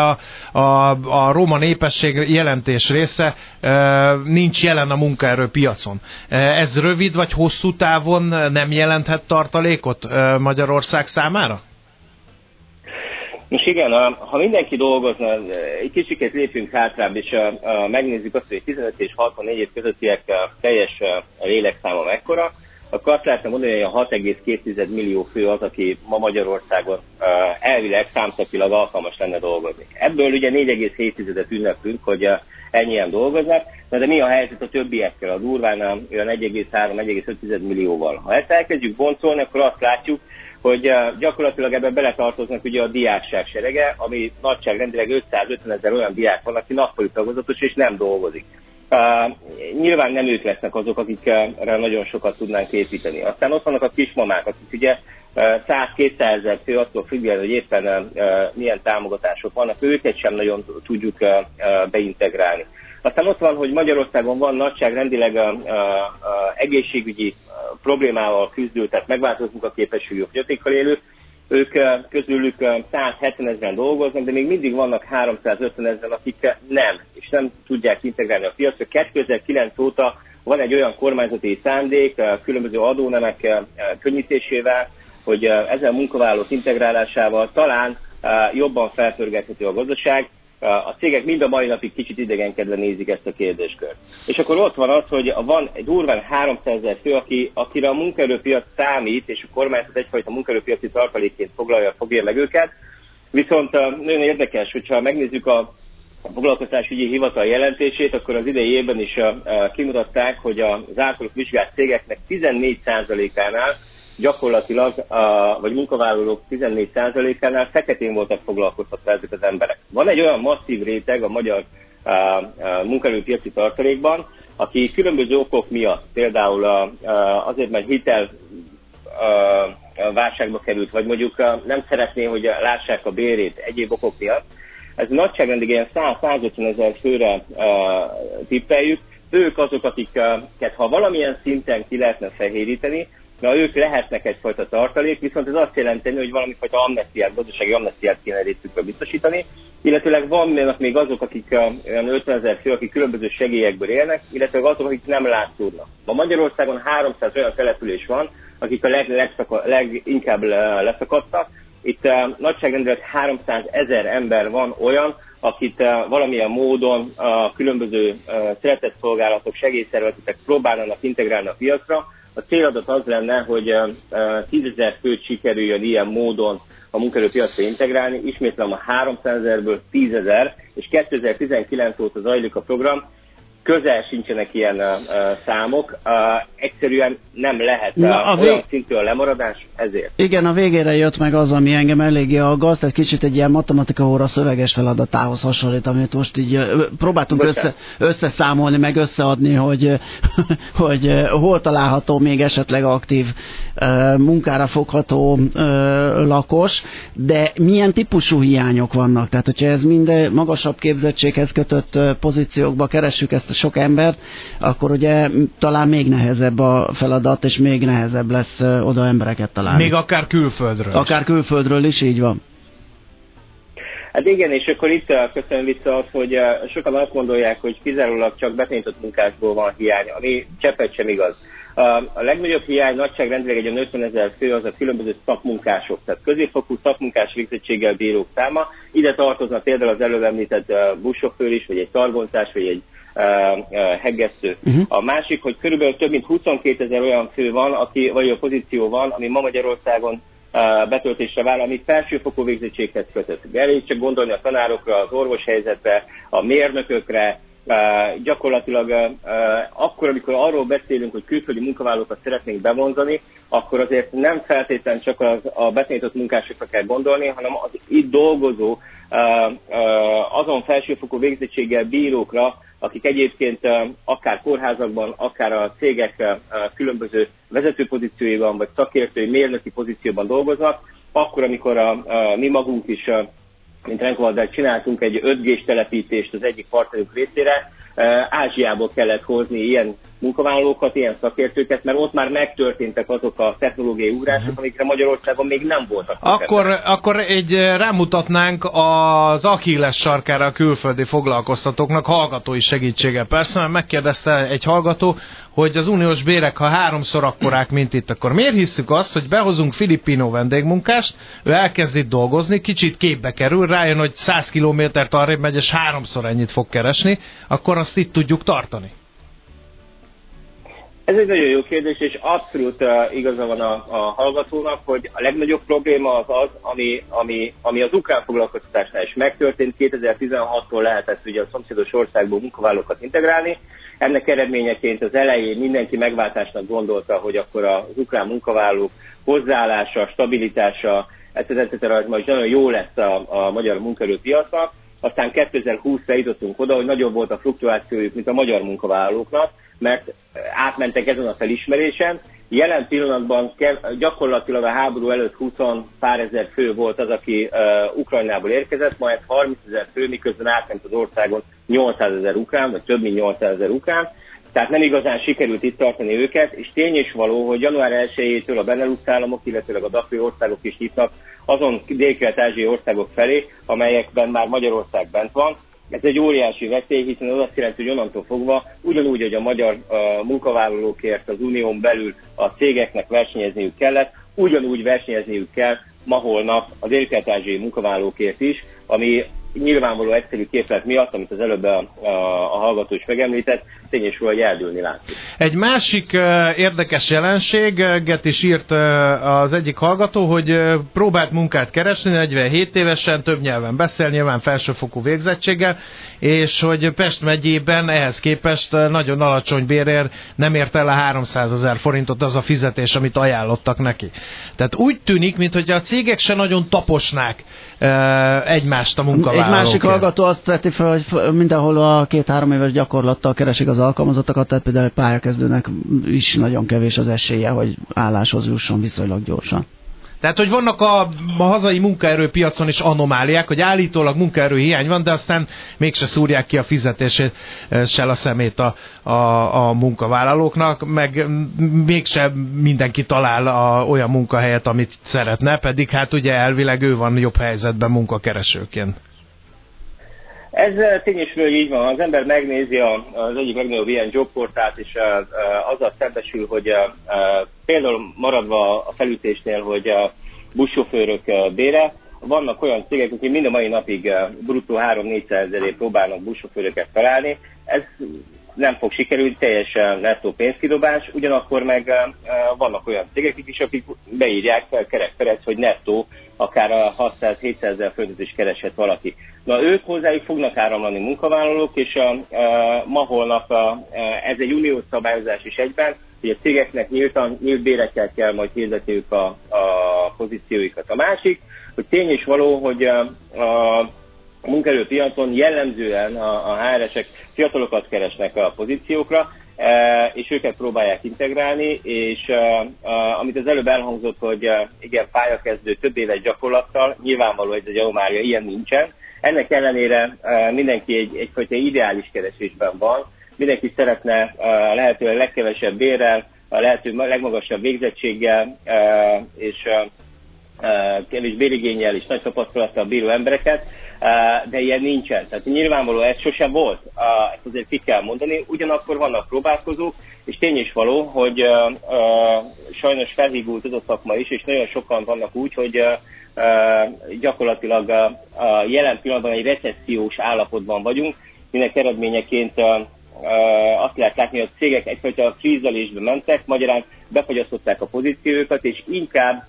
a roma népesség jelentés része nincs jelen a munkaerőpiacon. Ez rövid vagy hosszú távon nem jelenthet tartalékot Magyarország számára? Most igen, ha mindenki dolgozna, egy kicsikét lépjünk hátrább, és megnézzük azt, hogy 15 és 64 év közöttiek teljes lélekszáma mekkora, akkor azt lehetne mondani, hogy a 6,2 millió fő az, aki ma Magyarországon elvileg számszakilag alkalmas lenne dolgozni. Ebből ugye 4,7-et ünneplünk, hogy ennyien dolgoznak, de mi a helyzet a többiekkel, a durván olyan 1,3-1,5 millióval. Ha ezt elkezdjük boncolni, akkor azt látjuk, hogy gyakorlatilag ebben beletartoznak ugye a diákság serege, ami nagyságrendileg 550 000 olyan diák van, aki nappali tagozatos és nem dolgozik. Nyilván nem ők lesznek azok, akikre nagyon sokat tudnánk építeni. Aztán ott vannak a kismamák, akik ugye 100-200 000 fő, attól függően, hogy éppen milyen támogatások vannak, őket sem nagyon tudjuk beintegrálni. Aztán ott van, hogy Magyarországon van nagyságrendileg egészségügyi problémával küzdő, tehát megváltozott munkaképességű fogyatékkal élők, ők közülük 170 000-en dolgoznak, de még mindig vannak 350 000-en, akik nem, és nem tudják integrálni a piacra. 2009 óta van egy olyan kormányzati szándék, különböző adónemek könnyítésével, hogy ezen munkavállalók integrálásával talán jobban felpörgethető a gazdaság. A cégek mind a mai napig kicsit idegenkedve nézik ezt a kérdéskört. És akkor ott van az, hogy van durván 300 000 fő, akire a munkaerőpiac számít, és a kormányzat egyfajta munkaerőpiaci tartalékként fogja meg őket. Viszont nagyon érdekes, hogyha megnézzük a foglalkoztatásügyi hivatal jelentését, akkor az idei évben is kimutatták, hogy az általuk vizsgált cégeknek 14%-ánál gyakorlatilag, vagy munkavállalók 14%-ánál feketén voltak foglalkoztatva ezek az emberek. Van egy olyan masszív réteg a magyar munkaerőpiaci tartalékban, aki különböző okok miatt, például azért, mert hitel válságba került, vagy mondjuk nem szeretné, hogy lássák a bérét egyéb okok miatt, ez nagyságrendileg ilyen 100-150 000 főre tippeljük, ők azok, akiket ha valamilyen szinten ki lehetne fehéríteni, na ők lehetnek egyfajta tartalék, viszont ez azt jelenteni, hogy valamifajta amnesztiát, gazdasági amnesztiát kéne részükről biztosítani, illetőleg vannak még azok, akik olyan 50 000 fő, akik különböző segélyekből élnek, illetve azok, akik nem látszódnak. Ma Magyarországon 300 olyan település van, akik a leginkább leszakadtak. Itt nagyságrendileg 300 000 ember van olyan, akit valamilyen módon a különböző szeretett szolgálatok, segélyszervezetek próbálnak integrálni a piacra, A céladat az lenne, hogy 10 000 főt sikerüljön ilyen módon a munkaerőpiacra integrálni, ismétlem a 300 000-ből 10 000, és 2019 óta zajlik a program, közel sincsenek ilyen számok, egyszerűen nem lehet olyan szintű a lemaradás, ezért. Igen, a végére jött meg az, ami engem eléggé aggaszt, egy kicsit egy ilyen matematika óra szöveges feladatához hasonlít, amit most így próbáltunk összeszámolni, meg összeadni, hogy hol található még esetleg aktív munkára fogható lakos, de milyen típusú hiányok vannak, tehát hogyha ez mind magasabb képzettséghez kötött pozíciókba keressük ezt a sok embert, akkor ugye talán még nehezebb a feladat, és még nehezebb lesz oda embereket találni. Még akár külföldről. Akár külföldről is, így van. Hát igen, és akkor itt köszönöm vissza az, hogy sokan azt gondolják, hogy kizárólag csak betanított munkásból van hiány, ami cseppet sem igaz. A legnagyobb hiány nagyságrendileg egy 50 000 fő az a különböző szakmunkások, tehát középfokú szakmunkás végzettséggel bírók száma. Ide tartozna például az előbb említett buszsofőr is, vagy egy targoncás, vagy egy heggesztő. A másik, hogy körülbelül több mint 22 000 olyan fő van, vagy a pozíció van, ami ma Magyarországon betöltésre vár, ami felsőfokú végzettséghez kötött. Elég csak gondolni a tanárokra, az orvoshelyzetre, a mérnökökre, gyakorlatilag akkor, amikor arról beszélünk, hogy külföldi munkavállalókat szeretnénk bevonzani, akkor azért nem feltétlenül csak a betanított munkásokra kell gondolni, hanem az itt dolgozó, azon felsőfokú végzettséggel bírókra, akik egyébként akár kórházakban, akár a cégek különböző vezető pozícióiban, vagy szakértői, mérnöki pozícióban dolgoznak, akkor, amikor mi magunk is, mint Renkovaddal csináltunk egy 5G-s telepítést az egyik partnerünk részére, Ázsiából kellett hozni ilyen munkavállalókat, ilyen szakértőket, mert ott már megtörténtek azok a technológiai ugrások, amikre Magyarországon még nem voltak. Akkor rámutatnánk az Achilles sarkára a külföldi foglalkoztatóknak, hallgatói segítséggel persze, mert megkérdezte egy hallgató, hogy az uniós bérek, ha 3-szor akkorák, mint itt, akkor miért hisszük azt, hogy behozunk filipino vendégmunkást, ő elkezd itt dolgozni, kicsit képbe kerül, rájön, hogy 100 kilométert arrébb megy, és 3-szor ennyit fog keresni, akkor azt itt tudjuk tartani? Ez egy nagyon jó kérdés, és abszolút igaza van a hallgatónak, hogy a legnagyobb probléma az, ami az ukrán foglalkoztatásnál is megtörtént. 2016-tól lehetett ugye a szomszédos országból munkavállalókat integrálni. Ennek eredményeként az elején mindenki megváltásnak gondolta, hogy akkor az ukrán munkavállalók hozzáállása, stabilitása, etc. az majd nagyon jó lesz a magyar munkaerőpiacnak. Aztán 2020-ra jutottunk oda, hogy nagyobb volt a fluktuációjuk, mint a magyar munkavállalóknak, mert átmentek ezen a felismerésen. Jelen pillanatban gyakorlatilag a háború előtt 20 pár ezer fő volt az, aki Ukrajnából érkezett, majd 30 000 fő, miközben átment az országon 800 000 ukrán, vagy több mint 800 000 ukrán. Tehát nem igazán sikerült itt tartani őket, és tény és való, hogy január 1-től a Benelux államok, illetőleg a DACH országok is nyitnak azon dél-kelet-ázsiai országok felé, amelyekben már Magyarország bent van. Ez egy óriási veszély, hiszen az azt jelenti, hogy onnantól fogva, ugyanúgy, hogy a magyar munkavállalókért az unión belül a cégeknek versenyezniük kellett, ugyanúgy versenyezniük kell ma-holnap az dél-kelet-ázsiai munkavállalókért is, ami nyilvánvaló egyszerű képlet miatt, amit az előbb a hallgató is megemlített, tényleg hogy eldőlni látszik. Egy másik érdekes jelenséget is írt az egyik hallgató, hogy próbált munkát keresni, 47 évesen, több nyelven beszél, nyilván felsőfokú végzettséggel, és hogy Pest megyében ehhez képest nagyon alacsony bérért nem ért el a 300 000 forintot az a fizetés, amit ajánlottak neki. Tehát úgy tűnik, mintha a cégek se nagyon taposnák egymást a munkavállalókért. Egy másik hallgató azt veti fel, hogy mindenhol a 2-3 éves gyakorlattal keresik az alkalmazottakat, tehát például a pályakezdőnek is nagyon kevés az esélye, hogy álláshoz jusson viszonylag gyorsan. Tehát, hogy vannak a hazai munkaerőpiacon is anomáliák, hogy állítólag munkaerőhiány van, de aztán mégse szúrják ki a fizetését a szemét a munkavállalóknak, meg mégse mindenki talál olyan munkahelyet, amit szeretne, pedig hát ugye elvileg ő van jobb helyzetben munkakeresőként. Ez tényleg így van. Az ember megnézi az egyik legnagyobb ilyen jobportált, és azzal szembesül, hogy például maradva a felütésnél, hogy a buszsofőrök bére, vannak olyan cégek, akik mind a mai napig bruttó 3-400 000 próbálnak buszsofőröket találni. Ez nem fog sikerülni, teljesen nettó pénzkidobás, ugyanakkor meg vannak olyan cégek is, akik beírják kerekperec, hogy nettó akár a 600-700 ezer forintot is kereshet valaki. Na ők hozzájuk fognak áramlani munkavállalók, és ma-holnap ez egy uniós szabályozás is egyben, hogy a cégeknek nyílt bérekkel kell majd hirdetniük a pozícióikat. A másik, hogy tény és való, hogy a munkaerőpiacon jellemzően a HR-esek fiatalokat keresnek a pozíciókra, és őket próbálják integrálni, és amit az előbb elhangzott, hogy igen, pályakezdő több éves gyakorlattal, nyilvánvaló ez egy anomália, ilyen nincsen. Ennek ellenére mindenki egyfajta ideális keresésben van, mindenki szeretne lehetőleg legkevesebb bérrel, a lehető legmagasabb végzettséggel és kevés bérigénnyel és nagy tapasztalattal bíró embereket, de ilyen nincsen. Tehát nyilvánvaló ez sosem volt, ezt azért ki kell mondani, ugyanakkor vannak próbálkozók, és tény is való, hogy sajnos felhígult az a szakma is, és nagyon sokan vannak úgy, hogy gyakorlatilag a jelen pillanatban egy recessziós állapotban vagyunk, minek eredményeként azt lehet látni, hogy a cégek egyfajta krízelésbe mentek, magyarán befagyasztották a pozíciókat, és inkább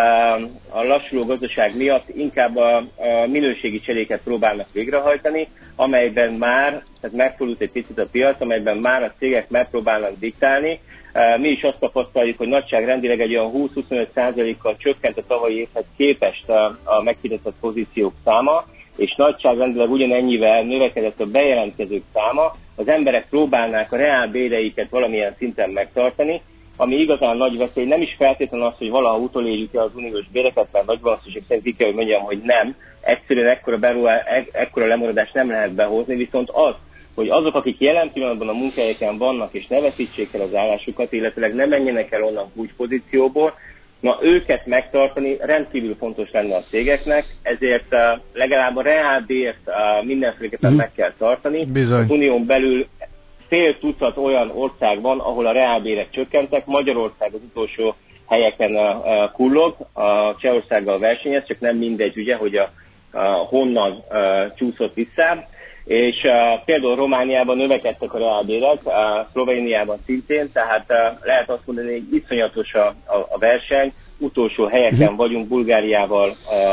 a lassuló gazdaság miatt inkább a minőségi cseréket próbálnak végrehajtani, amelyben már, tehát megfordult egy picit a piac, amelyben már a cégek megpróbálnak diktálni. Mi is azt tapasztaljuk, hogy nagyságrendileg egy olyan 20-25%-kal csökkent a tavalyi évhez képest a meghirdetett pozíciók száma, és nagyságrendileg ugyanennyivel növekedett a bejelentkezők száma. Az emberek próbálnák a reál béreiket valamilyen szinten megtartani, ami igazán nagy veszély, nem is feltétlenül az, hogy valaha utolérjük el az uniós béreket, mert nagy valószínűség szerint ki kell, hogy mondjam, hogy nem. Egyszerűen ekkora lemaradást nem lehet behozni, viszont az, hogy azok, akik jelen pillanatban a munkahelyeken vannak, és ne veszítsék el az állásukat, illetve ne menjenek el onnan kulcspozícióból, na őket megtartani rendkívül fontos lenne a cégeknek, ezért legalább a reálbért mindenféleképpen meg kell tartani. Bizony. Az unión belül fél tucat olyan ország van, ahol a reálbérek csökkentek, Magyarország az utolsó helyeken kullog, a Csehországgal versenyez, csak nem mindegy, ugye, hogy honnan csúszott vissza, és például Romániában növekedtek a reálbérek, Szlovéniában szintén, tehát lehet azt mondani, hogy iszonyatos a verseny, utolsó helyeken vagyunk Bulgáriával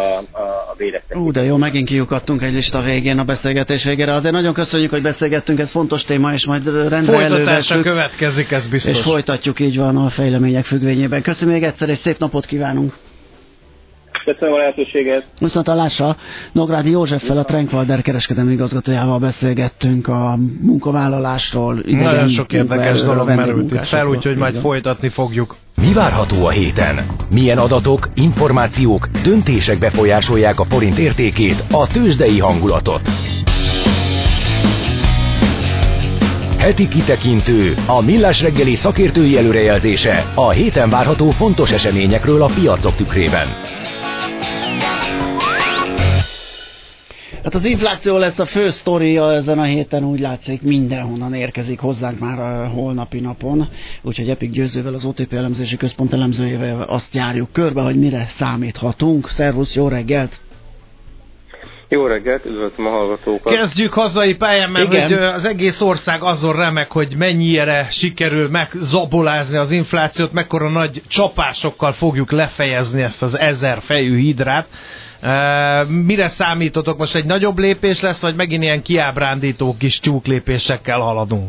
a bérek. De jó, megint kiukadtunk egy lista végén, a beszélgetés végére. Azért nagyon köszönjük, hogy beszélgettünk, ez fontos téma, és majd rendre előveszünk. Következik, ez biztos. És folytatjuk, így van, a fejlemények függvényében. Köszönöm még egyszer, és szép napot kívánunk! Köszönöm a lehetőséget! Viszontlátásra Nógrádi Józseffel, a Trenkwalder kereskedelmi igazgatójával beszélgettünk a munkavállalásról. Nagyon sok érdekes dolog merült itt fel, úgyhogy majd folytatni fogjuk. Mi várható a héten? Milyen adatok, információk, döntések befolyásolják a forint értékét, a tőzsdei hangulatot? Heti kitekintő, a Millás reggeli szakértői előrejelzése a héten várható fontos eseményekről a piacok tükrében. Hát az infláció lesz a fő sztoria ezen a héten, úgy látszik, mindenhonnan érkezik hozzánk már a holnapi napon, úgyhogy Epik Győzővel, az OTP elemzési központ elemzőjével azt járjuk körbe, hogy mire számíthatunk. Szervusz, jó reggelt! Jó reggelt, üdvözlöm a hallgatókat! Kezdjük hazai pályán, mert hogy az egész ország azon remek, hogy mennyire sikerül megzabolázni az inflációt, mekkora nagy csapásokkal fogjuk lefejezni ezt az 1000 fejű hidrát. Mire számítotok? Most egy nagyobb lépés lesz, vagy megint ilyen kiábrándító kis tyúklépésekkel haladunk?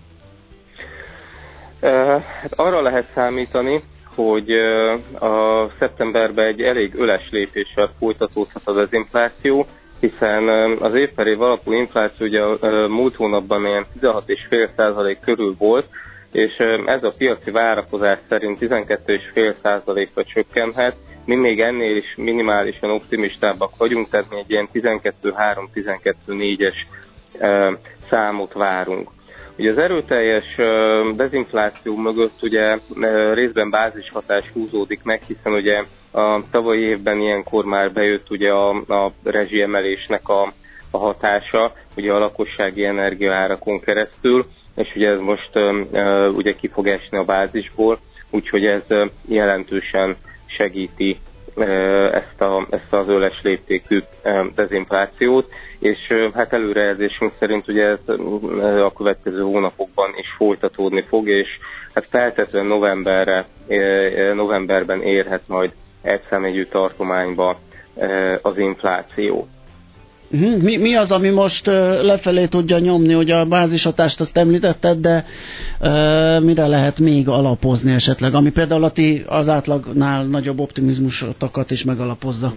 Hát arra lehet számítani, hogy a szeptemberben egy elég öles lépéssel folytatódhat az infláció, hiszen az év per év alapú infláció ugye múlt hónapban ilyen 16,5% körül volt, és ez a piaci várakozás szerint 12,5%-ra csökkenhet. Mi még ennél is minimálisan optimistábbak vagyunk, tehát mi egy ilyen 12,3-12,4-es számot várunk. Ugye az erőteljes dezinfláció mögött ugye részben bázishatás húzódik meg, hiszen ugye a tavalyi évben ilyenkor már bejött ugye a rezsiemelésnek a hatása, ugye a lakossági energiaárakon keresztül, és ugye ez most ugye ki fog esni a bázisból, úgyhogy ez jelentősen segíti ezt az öles léptékű dezinflációt, és hát előrejelzésünk szerint ugye ez a következő hónapokban is folytatódni fog, és hát feltétlenül novemberben érhet majd egyszámjegyű tartományba az infláció. Mi az, ami most lefelé tudja nyomni, hogy a bázishatást azt említetted, de mire lehet még alapozni esetleg, ami például az átlagnál nagyobb optimizmusokat is megalapozza?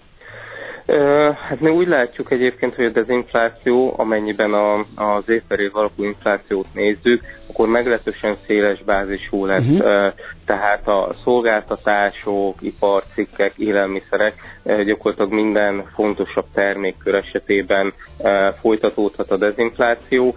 Hát mi úgy látjuk egyébként, hogy a dezinfláció, amennyiben az év per év alapú inflációt nézzük, akkor meglehetősen széles bázisú lesz, tehát a szolgáltatások, iparcikkek, élelmiszerek, gyakorlatilag minden fontosabb termékkör esetében folytatódhat a dezinfláció,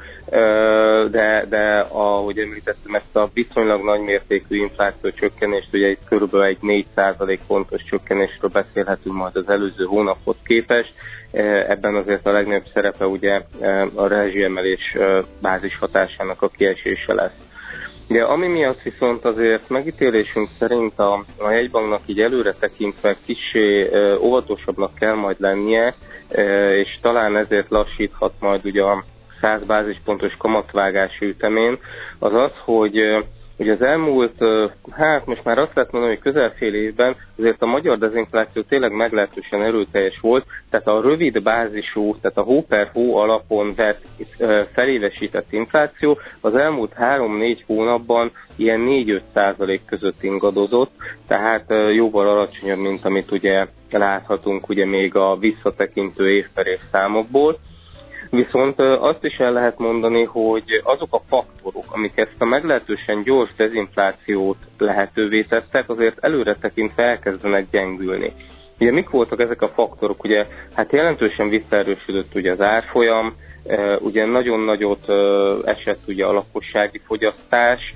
de ahogy említettem, ezt a viszonylag nagymértékű infláció csökkenést, ugye itt körülbelül egy 4% pontos csökkenésről beszélhetünk majd az előző hónaphoz képest. Ebben azért a legnagyobb szerepe ugye a rezsiemelés bázis hatásának a kiesése lesz. Ugye, ami miatt viszont azért megítélésünk szerint a jegybanknak így előre tekintve kissé óvatosabbnak kell majd lennie, és talán ezért lassíthat majd ugye a 100 bázispontos kamatvágási ütemén, az az, hogy ugye az elmúlt, hát most már azt lehet mondani, hogy közel fél évben azért a magyar dezinfláció tényleg meglehetősen erőteljes volt, tehát a rövid bázisú, tehát a hó per hó alapon vett felévesített infláció az elmúlt 3-4 hónapban ilyen 4-5% között ingadozott, tehát jóval alacsonyabb, mint amit ugye láthatunk ugye még a visszatekintő év per év számokból. Viszont azt is el lehet mondani, hogy azok a faktorok, amik ezt a meglehetősen gyors dezinflációt lehetővé tettek, azért előre tekintve elkezdenek gyengülni. Ugye mik voltak ezek a faktorok? Ugye hát jelentősen visszaerősödött ugye az árfolyam, ugye nagyon nagyot esett ugye a lakossági fogyasztás,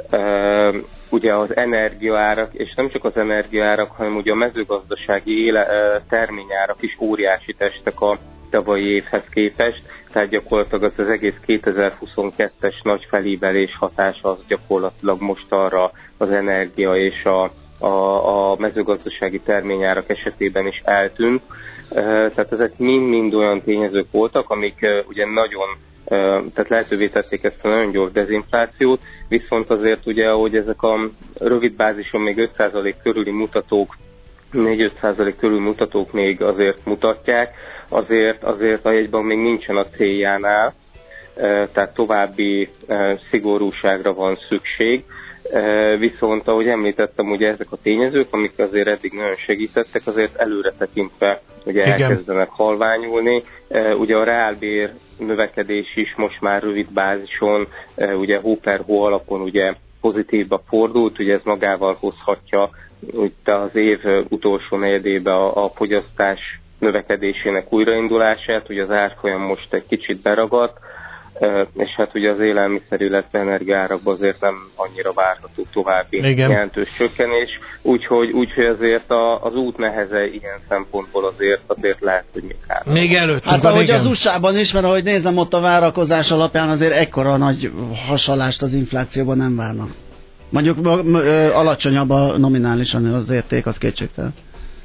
ugye az energiaárak, és nem csak az energiaárak, hanem ugye a mezőgazdasági terményárak is óriási estek a tavalyi évhez képest, tehát gyakorlatilag az egész 2022-es nagy felívelés hatása az gyakorlatilag most arra az energia és a mezőgazdasági terményárak esetében is eltűnt. Tehát ezek mind-mind olyan tényezők voltak, amik ugye nagyon, tehát lehetővé tették ezt a nagyon gyors dezinflációt, viszont azért ugye, hogy ezek a rövid bázison még 5% körüli mutatók, 4-5% körül mutatók még azért mutatják, azért a jegybank még nincsen a céljánál, tehát további szigorúságra van szükség. Viszont, ahogy említettem, ugye ezek a tényezők, amik azért eddig nagyon segítettek, azért előre tekintve ugye elkezdenek halványulni. Ugye a reálbér növekedés is most már rövid bázison, ugye hó per hó alapon ugye pozitívba fordult, ugye ez magával hozhatja az év utolsó negyedébe a fogyasztás növekedésének újraindulását, ugye az árfolyam most egy kicsit beragadt, és hát ugye az élelmiszer, illetve energiaárakban azért nem annyira várható további jelentős csökkenés, úgyhogy azért az út neheze ilyen szempontból azért lehet, hogy még hátra. Még előtt. Hát ahogy az USA-ban is, mert ahogy nézem ott a várakozás alapján azért ekkora nagy hasalást az inflációban nem várnak. Mondjuk alacsonyabb a nominálisan az érték, az kétségtelen.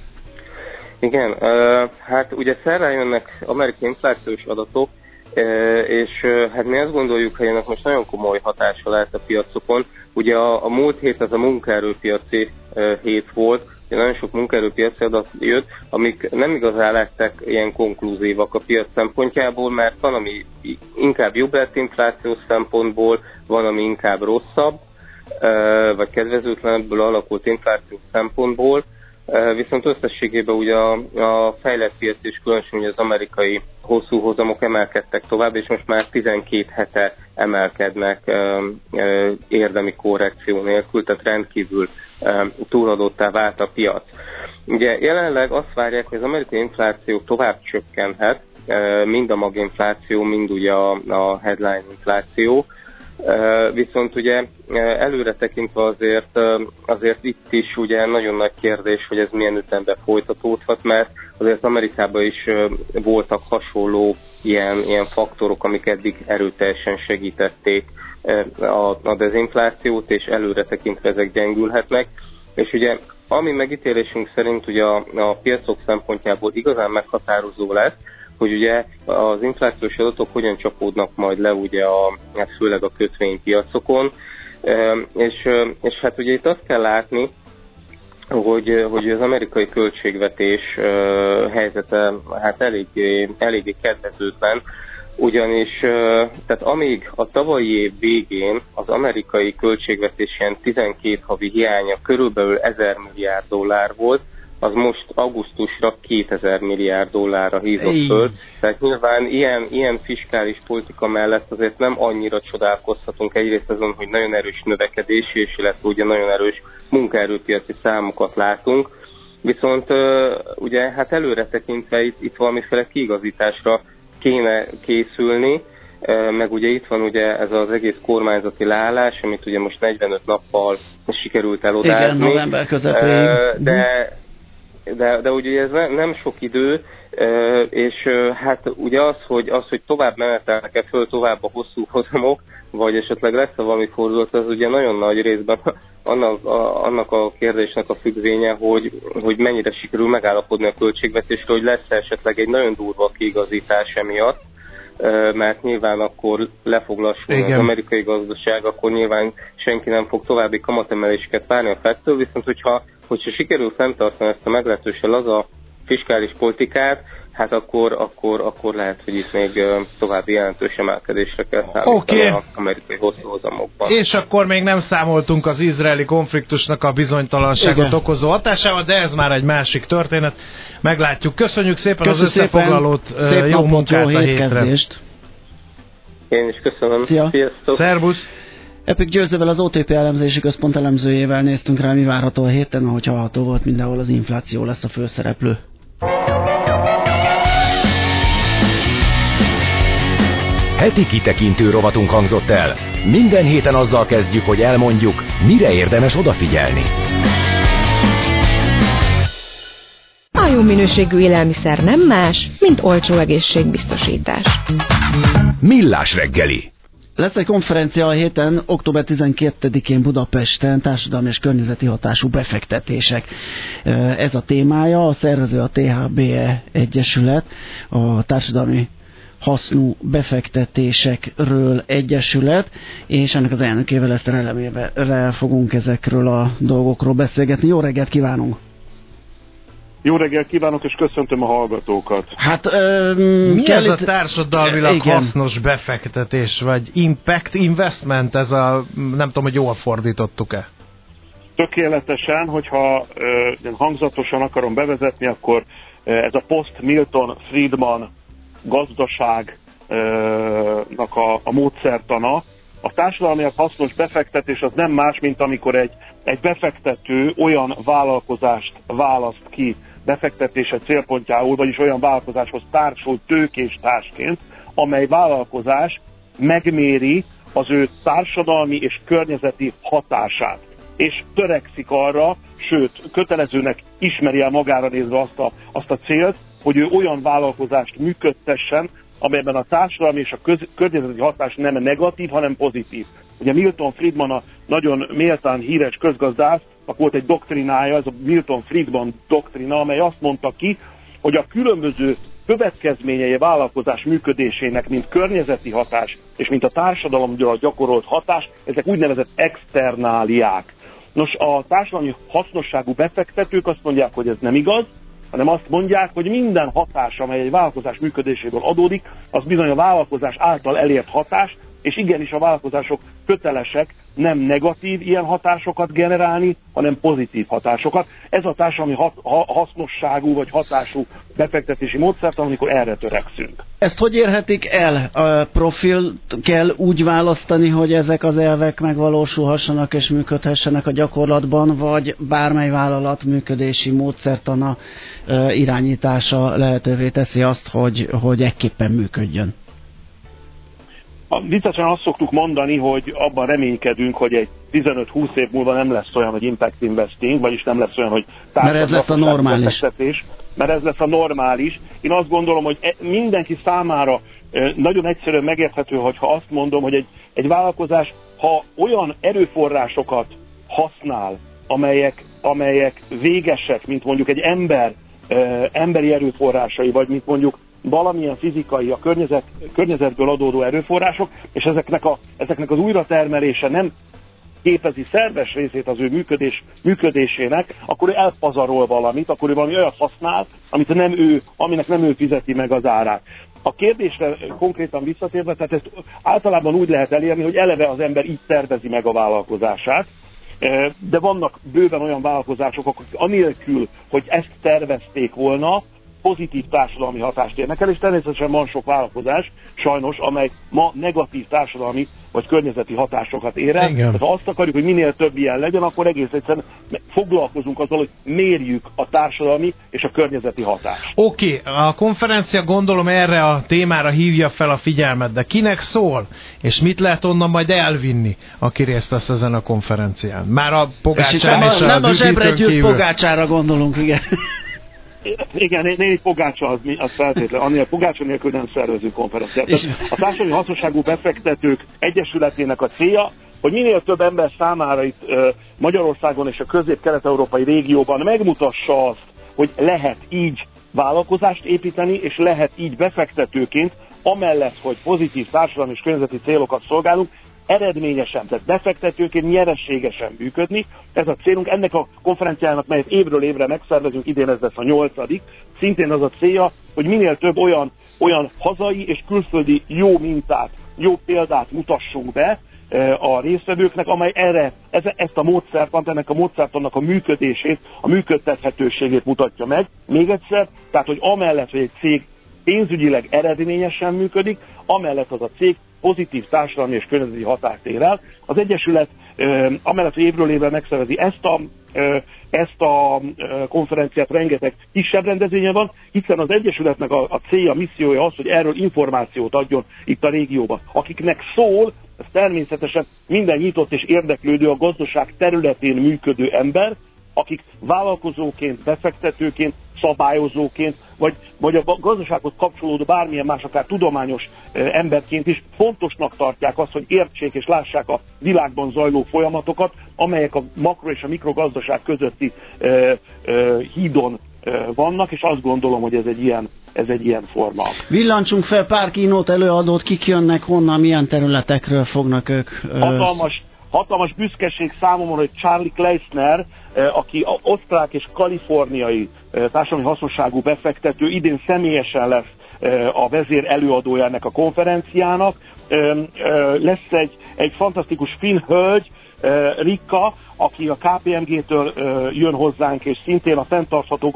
Igen, hát ugye szerrel jönnek amerikai inflációs adatok, és hát mi azt gondoljuk, hogy ennek most nagyon komoly hatása lehet a piacokon. Ugye a múlt hét az a munkaerőpiaci hét volt, nagyon sok munkaerőpiaci adat jött, amik nem igazán lettek ilyen konklúzívak a piac szempontjából, mert van, ami inkább jobb lett inflációs szempontból, van, ami inkább rosszabb, vagy kedvezőtlenebből alakult inflációs szempontból, viszont összességében ugye a fejlett piac és különösen az amerikai hosszú hozamok emelkedtek tovább, és most már 12 hete emelkednek érdemi korrekció nélkül, tehát rendkívül túladottá vált a piac. Ugye jelenleg azt várják, hogy az amerikai infláció tovább csökkenhet, mind a maginfláció, mind ugye a headline infláció, viszont ugye előre tekintve azért itt is ugye nagyon nagy kérdés, hogy ez milyen ütemben folytatódhat, mert azért Amerikában is voltak hasonló ilyen faktorok, amik eddig erőteljesen segítették a dezinflációt, és előre tekintve ezek gyengülhetnek. És ugye Ami megítélésünk szerint ugye a piacok szempontjából igazán meghatározó lesz, hogy ugye az inflációs adatok hogyan csapódnak majd le ugye főleg a kötvénypiacokon, és hát ugye itt azt kell látni, hogy az amerikai költségvetés helyzete hát eléggé kedvezőtlen, ugyanis tehát amíg a tavalyi év végén az amerikai költségvetés ilyen 12 havi hiánya körülbelül 1000 milliárd dollár volt, az most augusztusra 2000 milliárd dollárra hízott föl. Tehát nyilván ilyen fiskális politika mellett azért nem annyira csodálkozhatunk egyrészt azon, hogy nagyon erős növekedési és illetve ugye nagyon erős munkaerőpiaci számokat látunk. Viszont ugye hát előre tekintve itt valamiféle kiigazításra kéne készülni, meg ugye itt van ugye ez az egész kormányzati leállás, amit ugye most 45 nappal sikerült elodázni. Igen, november közepéig. De ugye ez nem sok idő, és hát ugye az, hogy tovább menetelnek-e föl tovább a hosszú hozamok, vagy esetleg lesz valami fordulat, az ugye nagyon nagy részben annak a kérdésnek a függvénye, hogy mennyire sikerül megállapodni a költségvetésről, hogy lesz esetleg egy nagyon durva kiigazítás emiatt, mert nyilván akkor le fog lassulni az amerikai gazdaság, akkor nyilván senki nem fog további kamatemeléseket várni a Fedtől, viszont hogyha sikerül fenntartani ezt a meglehetősen laza fiskális politikát, hát akkor lehet, hogy itt még további jelentős emelkedésre kell számítani az amerikai hosszúhozamokban. És akkor még nem számoltunk az izraeli konfliktusnak a bizonytalanságot okozó hatásával, de ez már egy másik történet. Meglátjuk. Köszönjük szépen az összefoglalót, jó munkát a hétre. Én is köszönöm. Szia. Szervusz. Epik Győzővel, az OTP elemzési központ elemzőjével néztünk rá, mi várható a héten, ahogy hallható volt, mindenhol az infláció lesz a főszereplő. Heti kitekintő rovatunk hangzott el. Minden héten azzal kezdjük, hogy elmondjuk, mire érdemes odafigyelni. A jó minőségű élelmiszer nem más, mint olcsó egészségbiztosítás. Millás reggeli. Lesz egy konferencia a héten, október 12-én Budapesten, társadalmi és környezeti hatású befektetések. Ez a témája, a szervező a THBE Egyesület, a társadalmi hasznú befektetésekről egyesület, és ennek az elnökével, Eszter Elemével fogunk ezekről a dolgokról beszélgetni. Jó reggelt kívánunk! Jó reggelt kívánok, és köszöntöm a hallgatókat. Hát, mi ez a társadalmilag hasznos befektetés, vagy impact investment, ez a, nem tudom, hogy jól fordítottuk-e? Tökéletesen, hogyha hangzatosan akarom bevezetni, akkor ez a post-Milton Friedman gazdaságnak a módszertana. A társadalmilag hasznos befektetés az nem más, mint amikor egy befektető olyan vállalkozást választ ki befektetése célpontjául, vagyis olyan vállalkozáshoz társul tőkés társként, amely vállalkozás megméri az ő társadalmi és környezeti hatását, és törekszik arra, sőt, kötelezőnek ismeri el magára nézve azt a célt, hogy ő olyan vállalkozást működtessen, amelyben a társadalmi és a környezeti hatás nem negatív, hanem pozitív. Ugye Milton Friedman a nagyon méltán híres közgazdász, volt egy doktrinája, ez a Milton Friedman doktrina, amely azt mondta ki, hogy a különböző következményei a vállalkozás működésének, mint környezeti hatás, és mint a társadalomra gyakorolt hatás, ezek úgynevezett externáliák. Nos, a társadalmi hasznosságú befektetők azt mondják, hogy ez nem igaz, hanem azt mondják, hogy minden hatás, amely egy vállalkozás működéséből adódik, az bizony a vállalkozás által elért hatás, és igenis a vállalkozások kötelesek nem negatív ilyen hatásokat generálni, hanem pozitív hatásokat. Ez a társadalmi hasznosságú vagy hatású befektetési módszert, amikor erre törekszünk. Ezt hogy érhetik el? A profil kell úgy választani, hogy ezek az elvek megvalósulhassanak és működhessenek a gyakorlatban, vagy bármely vállalat működési módszertana irányítása lehetővé teszi azt, hogy ekképpen működjön? Viccesen azt szoktuk mondani, hogy abban reménykedünk, hogy egy 15-20 év múlva nem lesz olyan, hogy impact investing, vagyis nem lesz olyan, hogy mert ez lesz a normális. Mert ez lesz a normális. Én azt gondolom, hogy mindenki számára nagyon egyszerűen megérthető, hogyha azt mondom, hogy egy vállalkozás, ha olyan erőforrásokat használ amelyek végesek, mint mondjuk egy emberi erőforrásai, vagy mint mondjuk valamilyen fizikai, a környezetből adódó erőforrások, és ezeknek az újratermelése nem képezi szerves részét az ő működésének, akkor ő elpazarol valamit, akkor ő valami olyat használ, aminek nem ő fizeti meg az árát. A kérdésre konkrétan visszatérve, tehát ezt általában úgy lehet elérni, hogy eleve az ember így tervezi meg a vállalkozását, de vannak bőven olyan vállalkozások, akik anélkül, hogy ezt tervezték volna, pozitív társadalmi hatást érnek el, és természetesen van sok vállalkozás, sajnos, amely ma negatív társadalmi vagy környezeti hatásokat ér el. Tehát ha azt akarjuk, hogy minél több ilyen legyen, akkor egész egyszerűen foglalkozunk azzal, hogy mérjük a társadalmi és a környezeti hatást. Oké, a konferencia gondolom erre a témára hívja fel a figyelmet, de kinek szól? És mit lehet onnan majd elvinni, aki részt vesz ezen a konferencián? Már a Pogácsán és nem a zsebregyűrt Pogácsára gondolunk, igen. Igen, négy Pogácsa az feltétlen, annél Pogácsa nélkül nem szervezünk konferenciát. A társadalmi hasznosságú befektetők egyesületének a célja, hogy minél több ember számára itt Magyarországon és a közép-kelet-európai régióban megmutassa azt, hogy lehet így vállalkozást építeni, és lehet így befektetőként, amellett, hogy pozitív társadalmi és környezeti célokat szolgálunk, eredményesen, tehát befektetőként nyereségesen működni. Ez a célunk. Ennek a konferenciának, melyet évről évre megszervezünk, idén ez lesz a 8. Szintén az a célja, hogy minél több olyan hazai és külföldi jó mintát, jó példát mutassunk be a résztvevőknek, amely ezt a módszertant, ennek a módszertannak a működését, a működtethetőségét mutatja meg. Még egyszer, tehát hogy amellett, hogy egy cég pénzügyileg eredményesen működik, amellett az a cég pozitív társadalmi és környezeti hatást ér el. Az Egyesület amellett, hogy évről évre megszervezi ezt a konferenciát, rengeteg kisebb rendezvénye van, hiszen az Egyesületnek a célja, a missziója az, hogy erről információt adjon itt a régióban. Akiknek szól, ez természetesen minden nyitott és érdeklődő, a gazdaság területén működő ember, akik vállalkozóként, befektetőként, szabályozóként, vagy a gazdasághoz kapcsolódó bármilyen más, akár tudományos emberként is fontosnak tartják azt, hogy értsék és lássák a világban zajló folyamatokat, amelyek a makro és a mikrogazdaság közötti hídon vannak, és azt gondolom, hogy ez egy ilyen forma. Villancsunk fel pár kínót előadót, kik jönnek, honnan, milyen területekről fognak ők... Hatalmas büszkeség számomra, hogy Charlie Kleissner, aki osztrák és kaliforniai társadalmi hasznosságú befektető, idén személyesen lesz a vezér előadója ennek a konferenciának. Lesz egy fantasztikus finn hölgy, Rikka, aki a KPMG-től jön hozzánk, és szintén a fenntartható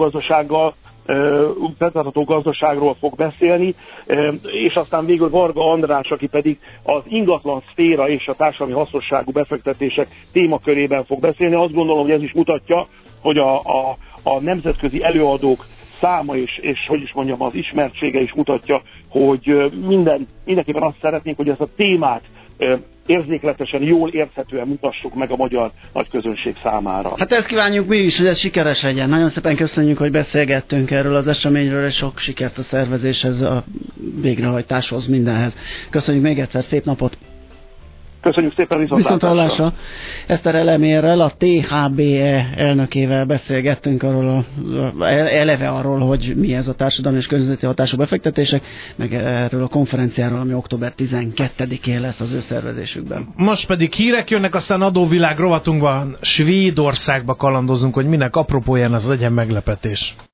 gazdaságról fog beszélni, és aztán végül Varga András, aki pedig az ingatlan szféra és a társadalmi hasznosságú befektetések témakörében fog beszélni. Azt gondolom, hogy ez is mutatja, hogy a nemzetközi előadók száma és hogy is mondjam, az ismertsége is mutatja, hogy mindenképpen azt szeretnénk, hogy ezt a témát érzékletesen, jól érthetően mutassuk meg a magyar nagyközönség számára. Hát ezt kívánjuk mi is, hogy ez sikeres legyen. Nagyon szépen köszönjük, hogy beszélgettünk erről az eseményről, és sok sikert a szervezéshez, a végrehajtáshoz, mindenhez. Köszönjük még egyszer, szép napot! Köszönjük szépen, viszontlátásra! Eszter Elemérrel, a THBE elnökével beszélgettünk eleve arról, hogy mi ez a társadalmi és környezeti hatású befektetések, meg erről a konferenciáról, ami október 12-én lesz az ő szervezésükben. Most pedig hírek jönnek, aztán adóvilág rovatunkban Svédországba kalandozunk, hogy minek apropóján az legyen meglepetés.